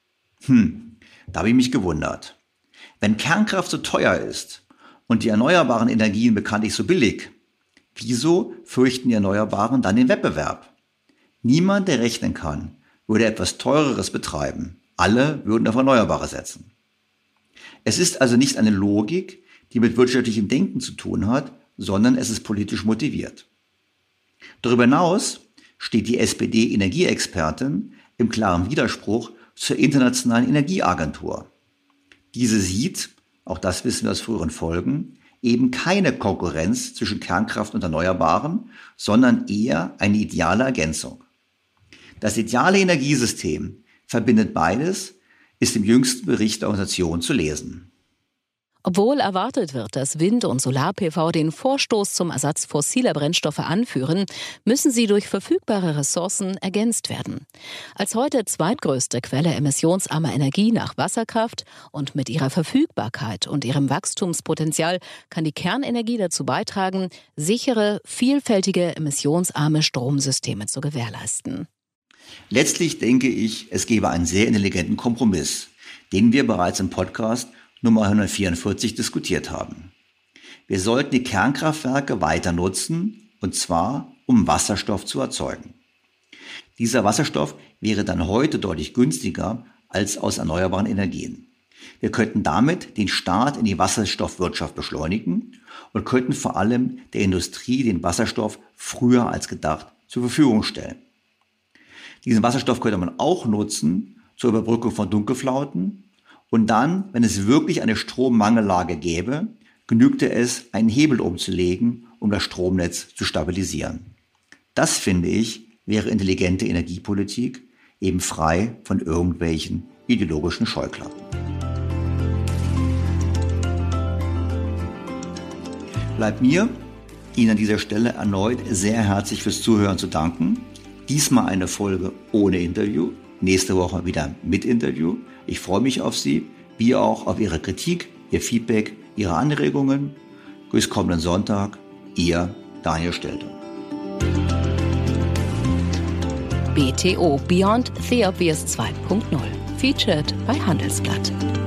Da habe ich mich gewundert. Wenn Kernkraft so teuer ist und die erneuerbaren Energien bekanntlich so billig, wieso fürchten die Erneuerbaren dann den Wettbewerb? Niemand, der rechnen kann, würde etwas Teureres betreiben. Alle würden auf Erneuerbare setzen. Es ist also nicht eine Logik, die mit wirtschaftlichem Denken zu tun hat, sondern es ist politisch motiviert. Darüber hinaus steht die SPD-Energieexpertin im klaren Widerspruch zur Internationalen Energieagentur. Diese sieht, auch das wissen wir aus früheren Folgen, eben keine Konkurrenz zwischen Kernkraft und Erneuerbaren, sondern eher eine ideale Ergänzung. Das ideale Energiesystem verbindet beides, ist im jüngsten Bericht der Organisation zu lesen. Obwohl erwartet wird, dass Wind- und Solar-PV den Vorstoß zum Ersatz fossiler Brennstoffe anführen, müssen sie durch verfügbare Ressourcen ergänzt werden. Als heute zweitgrößte Quelle emissionsarmer Energie nach Wasserkraft und mit ihrer Verfügbarkeit und ihrem Wachstumspotenzial kann die Kernenergie dazu beitragen, sichere, vielfältige, emissionsarme Stromsysteme zu gewährleisten. Letztlich denke ich, es gäbe einen sehr intelligenten Kompromiss, den wir bereits im Podcast Nummer 144 diskutiert haben. Wir sollten die Kernkraftwerke weiter nutzen, und zwar, um Wasserstoff zu erzeugen. Dieser Wasserstoff wäre dann heute deutlich günstiger als aus erneuerbaren Energien. Wir könnten damit den Start in die Wasserstoffwirtschaft beschleunigen und könnten vor allem der Industrie den Wasserstoff früher als gedacht zur Verfügung stellen. Diesen Wasserstoff könnte man auch nutzen zur Überbrückung von Dunkelflauten. Und dann, wenn es wirklich eine Strommangellage gäbe, genügte es, einen Hebel umzulegen, um das Stromnetz zu stabilisieren. Das, finde ich, wäre intelligente Energiepolitik, eben frei von irgendwelchen ideologischen Scheuklappen. Bleibt mir, Ihnen an dieser Stelle erneut sehr herzlich fürs Zuhören zu danken. Diesmal eine Folge ohne Interview, nächste Woche wieder mit Interview. Ich freue mich auf Sie, wie auch auf Ihre Kritik, Ihr Feedback, Ihre Anregungen. Bis kommenden Sonntag, Ihr Daniel Stelter. BTO Beyond the Obvious 2.0, featured bei Handelsblatt.